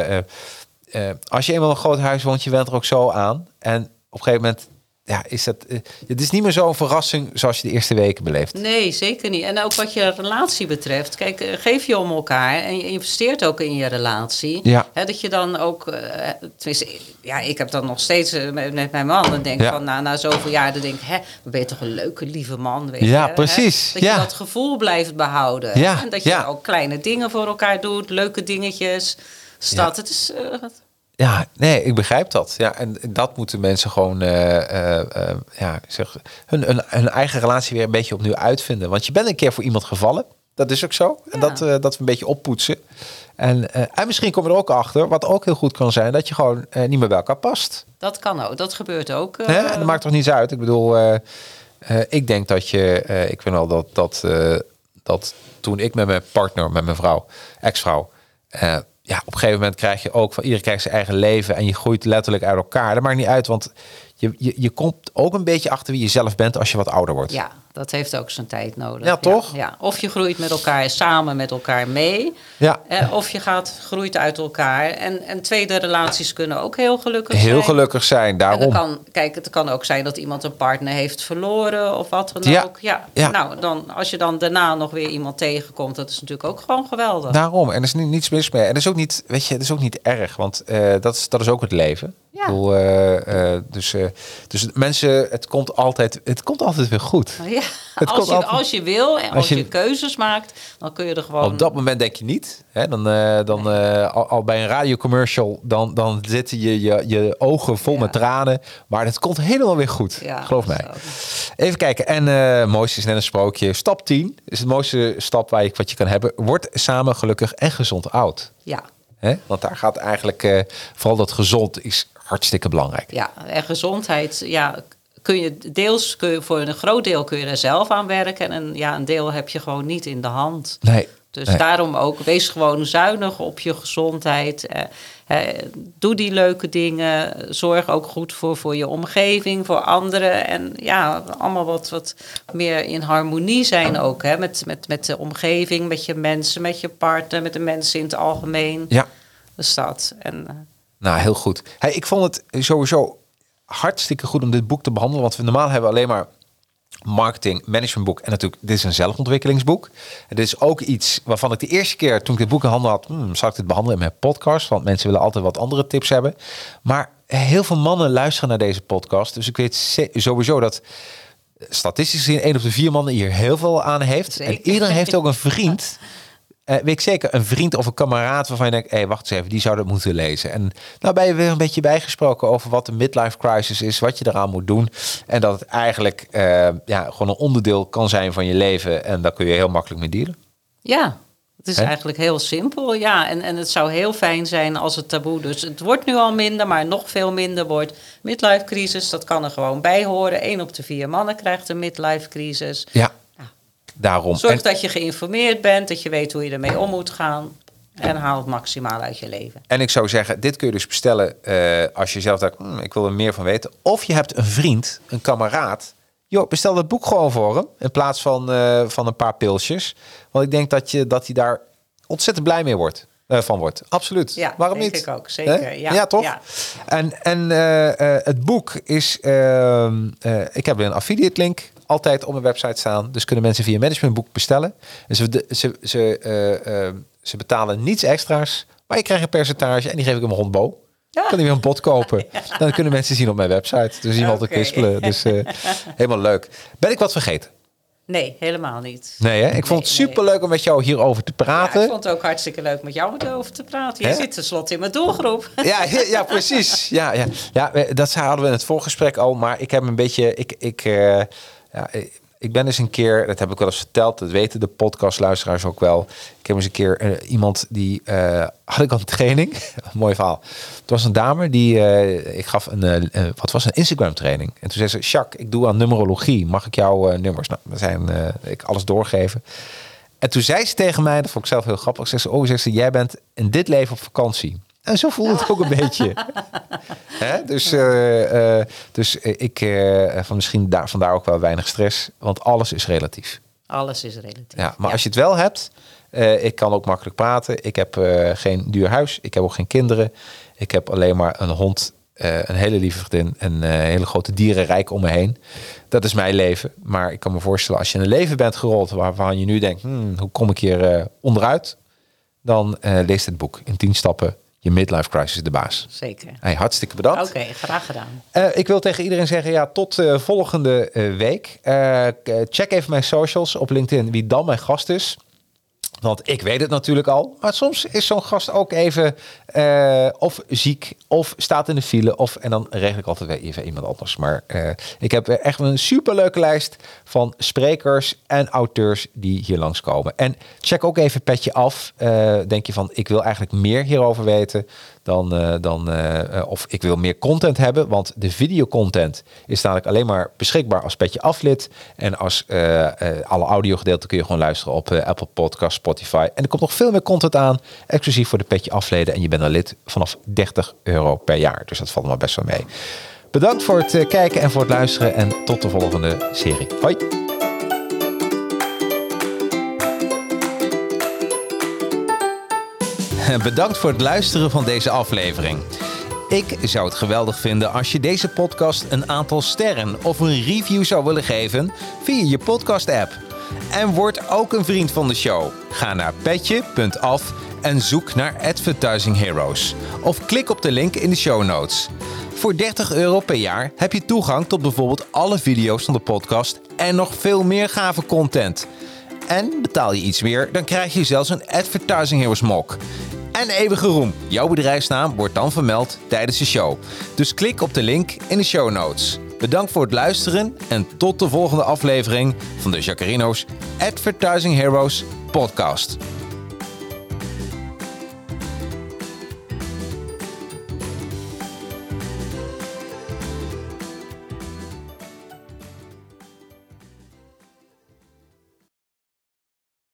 als je eenmaal een groot huis woont, je went er ook zo aan. En op een gegeven moment is dat... het is niet meer zo'n verrassing zoals je de eerste weken beleeft. Nee, zeker niet. En ook wat je relatie betreft. Kijk, geef je om elkaar en je investeert ook in je relatie. Ja. Dat je dan ook... tenminste, ik heb dan nog steeds met mijn man. Dan denk ik van, na zoveel jaar, dan denk ik... dan ben je toch een leuke, lieve man. Weet je, precies. Dat je dat gevoel blijft behouden. Ja. En dat je ook kleine dingen voor elkaar doet. Leuke dingetjes. Het is... Ja, nee, ik begrijp dat. Ja, en dat moeten mensen gewoon hun eigen relatie weer een beetje opnieuw uitvinden. Want je bent een keer voor iemand gevallen. Dat is ook zo. En dat we een beetje oppoetsen. En misschien komen we er ook achter, wat ook heel goed kan zijn, dat je gewoon niet meer bij elkaar past. Dat kan ook. Dat gebeurt ook. Dat maakt toch niets uit. Ik bedoel, ik denk dat ik weet wel dat toen ik met mijn partner, met mijn vrouw, ex-vrouw... op een gegeven moment krijg je ook van iedereen krijgt zijn eigen leven en je groeit letterlijk uit elkaar. Dat maakt niet uit, want je komt ook een beetje achter wie je zelf bent als je wat ouder wordt. Ja, dat heeft ook zijn tijd nodig. Ja, toch? Ja. Of je groeit met elkaar samen met elkaar mee. Ja. Of je groeit uit elkaar. En tweede relaties kunnen ook heel gelukkig zijn. Heel gelukkig zijn, daarom. Het kan ook zijn dat iemand een partner heeft verloren of wat dan ook. Ja. Nou, als je dan daarna nog weer iemand tegenkomt, dat is natuurlijk ook gewoon geweldig. Daarom. En er is niets mis mee. En dat is ook niet, weet je, dat is ook niet erg, want dat is ook het leven. Ja. Ik bedoel, dus mensen, het komt altijd weer goed. Ja, als je wil en als je keuzes maakt, dan kun je er gewoon... Op dat moment denk je niet. Hè? Dan al bij een radiocommercial, dan zitten je ogen vol met tranen. Maar het komt helemaal weer goed. Ja, geloof mij. Even kijken. En mooiste is net een sprookje. Stap 10 is het mooiste stap wat je kan hebben. Word samen gelukkig en gezond oud. Ja. Hè? Want daar gaat eigenlijk vooral dat gezond is hartstikke belangrijk. Ja, en gezondheid kun je voor een groot deel kun je er zelf aan werken. En een deel heb je gewoon niet in de hand. Nee. Dus daarom ook, wees gewoon zuinig op je gezondheid. Doe die leuke dingen. Zorg ook goed voor je omgeving, voor anderen. En allemaal wat meer in harmonie zijn ook. Hè? Met de omgeving, met je mensen, met je partner, met de mensen in het algemeen. Ja. Dus dat. Nou, heel goed. Ik vond het sowieso hartstikke goed om dit boek te behandelen. Want we normaal hebben alleen maar marketing, managementboek. En natuurlijk, dit is een zelfontwikkelingsboek. En dit is ook iets waarvan ik de eerste keer toen ik dit boek in handen had, zou ik dit behandelen in mijn podcast? Want mensen willen altijd wat andere tips hebben. Maar heel veel mannen luisteren naar deze podcast. Dus ik weet sowieso dat statistisch gezien 1 op de 4 mannen hier heel veel aan heeft. Zeker. En iedereen heeft ook een vriend. Weet ik zeker, een vriend of een kameraad waarvan je denkt, wacht eens even, die zou dat moeten lezen. En nou ben je weer een beetje bijgesproken over wat de midlife crisis is, wat je eraan moet doen. En dat het eigenlijk gewoon een onderdeel kan zijn van je leven. En daar kun je heel makkelijk mee dealen. Ja, het is eigenlijk heel simpel. Ja, en het zou heel fijn zijn als het taboe, dus het wordt nu al minder, maar nog veel minder wordt. Midlife crisis, dat kan er gewoon bij horen. 1 op de 4 mannen krijgt een midlife crisis. Ja. Daarom. Zorg dat je geïnformeerd bent, dat je weet hoe je ermee om moet gaan. En haal het maximaal uit je leven. En ik zou zeggen, dit kun je dus bestellen als je zelf denkt, ik wil er meer van weten. Of je hebt een vriend, een kameraad. Bestel dat boek gewoon voor hem. In plaats van een paar pilsjes. Want ik denk dat hij daar ontzettend blij mee wordt. Van wordt. Absoluut. Ja, waarom denk niet? Ik ook, zeker. Ja, toch? Ja. En het boek is... ik heb een affiliate link altijd op mijn website staan. Dus kunnen mensen via managementboek bestellen. Dus ze betalen niets extra's. Maar je krijgt een percentage en die geef ik hem een hond Bo. Ja. Kan hij weer een bot kopen. Ja. Dan kunnen mensen zien op mijn website. Dus iemand te kwispelen. Dus helemaal leuk. Ben ik wat vergeten? Nee, helemaal niet. Nee, hè? Ik vond het superleuk om met jou hierover te praten. Ja, ik vond het ook hartstikke leuk met jou erover te praten. Je zit tenslotte in mijn doelgroep. Ja, precies. Ja, dat hadden we in het voorgesprek al. Maar ik heb een beetje... Ik ben eens een keer, dat heb ik wel eens verteld, dat weten de podcastluisteraars ook wel. Ik heb eens een keer iemand die had ik al een training. Mooi verhaal. Het was een dame die ik gaf een Instagram training. En toen zei ze, Jacques, ik doe aan numerologie. Mag ik jouw nummers? Nou, ik alles doorgeven. En toen zei ze tegen mij, dat vond ik zelf heel grappig. Zegt ze, jij bent in dit leven op vakantie. En zo voelde het ook een beetje. Hè? Dus ik van misschien vandaar ook wel weinig stress. Want alles is relatief. Alles is relatief. Ja, maar als je het wel hebt, ik kan ook makkelijk praten. Ik heb geen duur huis. Ik heb ook geen kinderen. Ik heb alleen maar een hond, een hele lieve vriendin en een hele grote dierenrijk om me heen. Dat is mijn leven. Maar ik kan me voorstellen, als je in een leven bent gerold waarvan je nu denkt, hoe kom ik hier onderuit? Dan lees dit boek in 10 stappen. Je midlife crisis de baas. Zeker. Hey, hartstikke bedankt. Oké, graag gedaan. Ik wil tegen iedereen zeggen, tot volgende week. Check even mijn socials op LinkedIn wie dan mijn gast is. Want ik weet het natuurlijk al. Maar soms is zo'n gast ook even of ziek of staat in de file. En dan regel ik altijd weer even iemand anders. Maar ik heb echt een superleuke lijst van sprekers en auteurs die hier langskomen. En check ook even Petje Af. Denk je van, ik wil eigenlijk meer hierover weten. Of ik wil meer content hebben. Want de videocontent is namelijk alleen maar beschikbaar als Petje Af lid. En als alle audiogedeelten kun je gewoon luisteren op Apple Podcasts, Spotify. En er komt nog veel meer content aan. Exclusief voor de Petje Afleden. En je bent een lid vanaf €30 per jaar. Dus dat valt maar best wel mee. Bedankt voor het kijken en voor het luisteren. En tot de volgende serie. Hoi! Bedankt voor het luisteren van deze aflevering. Ik zou het geweldig vinden als je deze podcast een aantal sterren of een review zou willen geven via je podcast-app. En word ook een vriend van de show. Ga naar petje.af en zoek naar Advertising Heroes. Of klik op de link in de show notes. Voor €30 per jaar heb je toegang tot bijvoorbeeld alle video's van de podcast en nog veel meer gave content. En betaal je iets meer, dan krijg je zelfs een Advertising Heroes mok. En eeuwige roem. Jouw bedrijfsnaam wordt dan vermeld tijdens de show. Dus klik op de link in de show notes. Bedankt voor het luisteren en tot de volgende aflevering van de Jacquarino's Advertising Heroes podcast.